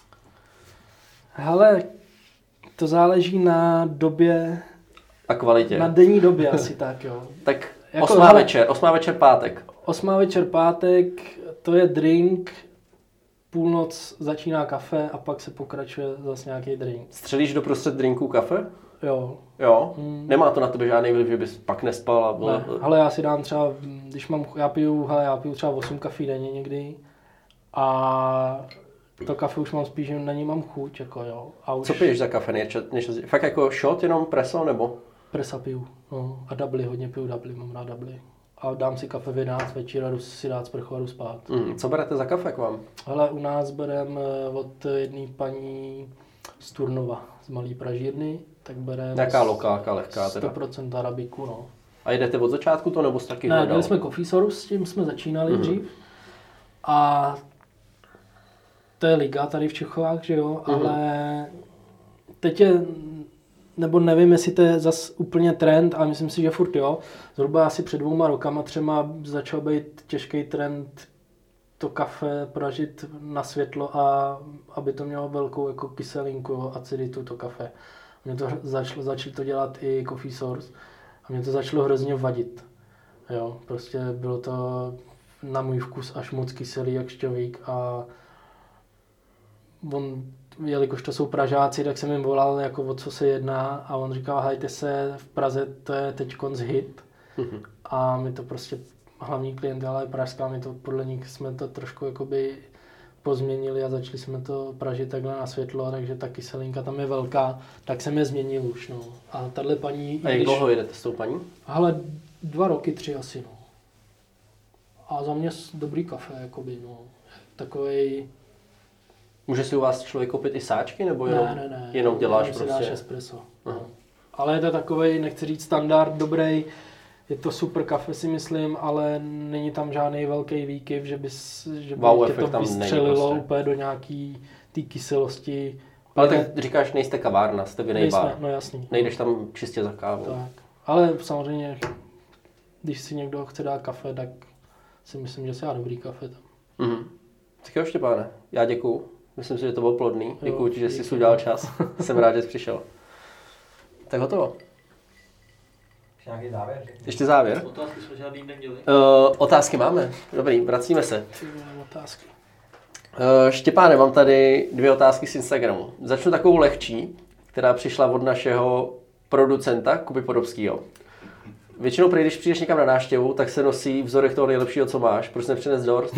Hele, to záleží na době a kvalitě. Na denní době asi tak, jo. Tak jako 8 večer pátek. 8 večer pátek, to je drink, půlnoc začíná kafe a pak se pokračuje zase nějaký drink. Střelíš do prostřed drinků kafe? Jo. Jo? Nemá to na tebe žádný vliv, že bys pak nespal a bylo... Ne. Hele, já si dám třeba, když mám, já piju třeba 8 kafí denně někdy a to kafe už mám spíš, že na ní mám chuť, jako jo. A už... Co piješ za kafe? Fakt jako shot, jenom preso, nebo? Presa piju, no. A dably, hodně piju dably, mám rád dably. A dám si kafe v 11 večer a jdu si dát sprchu a jdu spát. Co berete za kafe k vám? Hele, u nás bereme od jedné paní z Turnova, z Malý Pražírny, tak bereme... Nějaká lokálka, lehká teda? 100% arabiku, no. A jdete od začátku to, nebo jste taky hledal? Ne, měli jsme Coffee Source, s tím jsme začínali dřív. A to je liga tady v Čechách, že jo, ale teď je, nebo nevím, jestli to je zas úplně trend, ale myslím si, že furt jo. Zhruba asi před 2 rokama třeba začal být těžký trend to kafe pražit na světlo a aby to mělo velkou jako kyselinku, aciditu to kafe. Mě to začalo to dělat i Coffee Source a mě to začalo hrozně vadit. Jo, prostě bylo to na můj vkus až moc kyselý jak šťovík a on, jelikož to jsou Pražáci, tak jsem jim volal, jako o co se jedná a on říkal, hejte se, v Praze to je teďkonc hit a my to prostě, hlavní klient, ale pražská, my to podle nich jsme to trošku jakoby pozměnili a začali jsme to pražit takhle na světlo, takže ta kyselinka tam je velká, tak jsem je změnil už, no. A tahle paní... A jak dlouho jedete s tou paní? Ale 2 roky, 3 asi, no. A za mě dobrý kafe, jakoby, no. Takovej... Může si u vás člověk koupit i sáčky, nebo ne. Jenom děláš jenom prostě? Si dáš espresso. No. Ale je to takovej, nechci říct standard, dobrý. Je to super kafe, si myslím, ale není tam žádný velký výkyv, že by tě to vystřelilo prostě úplně do nějaký té kyselosti. Ale tak říkáš, nejste kavárna, jste jiný bar. No jasný. Nejdeš tam čistě za kávu. Tak. Ale samozřejmě, když si někdo chce dát kafe, tak si myslím, že se dá dobrý kafe tam. Tak jo, Štěpáne, já děkuju. Myslím si, že to bylo plodný. Děkuju ti, že jsi udělal čas. Jsem rád, že jsi přišel. Tak hotovo. Nějaký závěr? Ještě závěr? Otázky jsme žádný neměli. Otázky máme. Dobrý, vracíme se. Otázky. Štěpáne, mám tady 2 otázky z Instagramu. Začnu takovou lehčí, která přišla od našeho producenta Kuby Podobskýho. Většinou, když přijdeš někam na návštěvu, tak se nosí vzorek toho nejlepšího, co máš. Proč nepřines dort?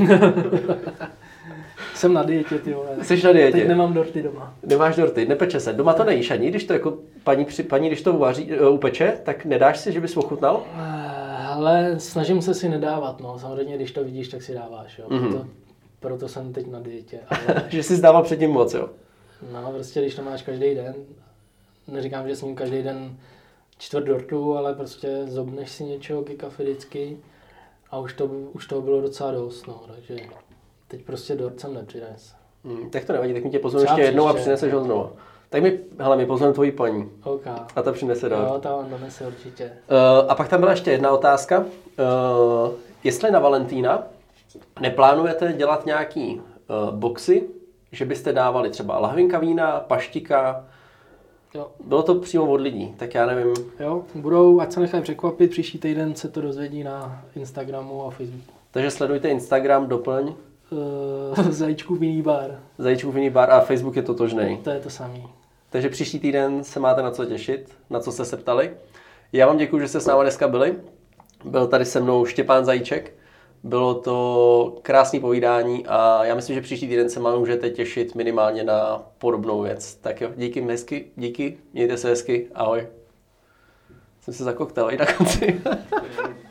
Jsem na dietě, ty vole. Jsi na dietě? Teď nemám dorty doma. Nemáš dorty, nepeče se. Doma to nejíš ani, když to jako paní když to upeče, tak nedáš si, že bys ochutnal? Ale snažím se si nedávat, no. Samozřejmě, když to vidíš, tak si dáváš, jo. Proto jsem teď na dietě. Ale... že jsi zdával předtím moc, jo? No, prostě když to máš každý den, neříkám, že s ním každý den 4 dortů, ale prostě zobneš si něčeho ke kafe vždycky a už toho bylo docela dost, no, takže teď prostě dort jsem nepřines. Tak to nevadí, tak mi tě pozveme ještě jednou a přineseš ho znovu. Tak mi pozveme tvoji paní. Okay. A ta přinese dort. Jo, ta on donese určitě. A pak tam byla ještě jedna otázka. Jestli na Valentína neplánujete dělat nějaký boxy, že byste dávali třeba lahvinka vína, paštika, Jo. Bylo to přímo od lidí, tak já nevím. Jo, budou, ať se nechají překvapit, příští týden se to dozvědí na Instagramu a Facebooku. Takže sledujte Instagram, doplň. Zajíčkův minibar. Zajíčkův minibar a Facebook je totožnej. To je to samý. Takže příští týden se máte na co těšit, na co jste se ptali. Já vám děkuji, že jste s námi dneska byli. Byl tady se mnou Štěpán Zajíček. Bylo to krásné povídání a já myslím, že příští týden se můžete těšit minimálně na podobnou věc. Tak jo, díky hezky, díky, mějte se hezky, ahoj. Jsem se zakoktal i na konci.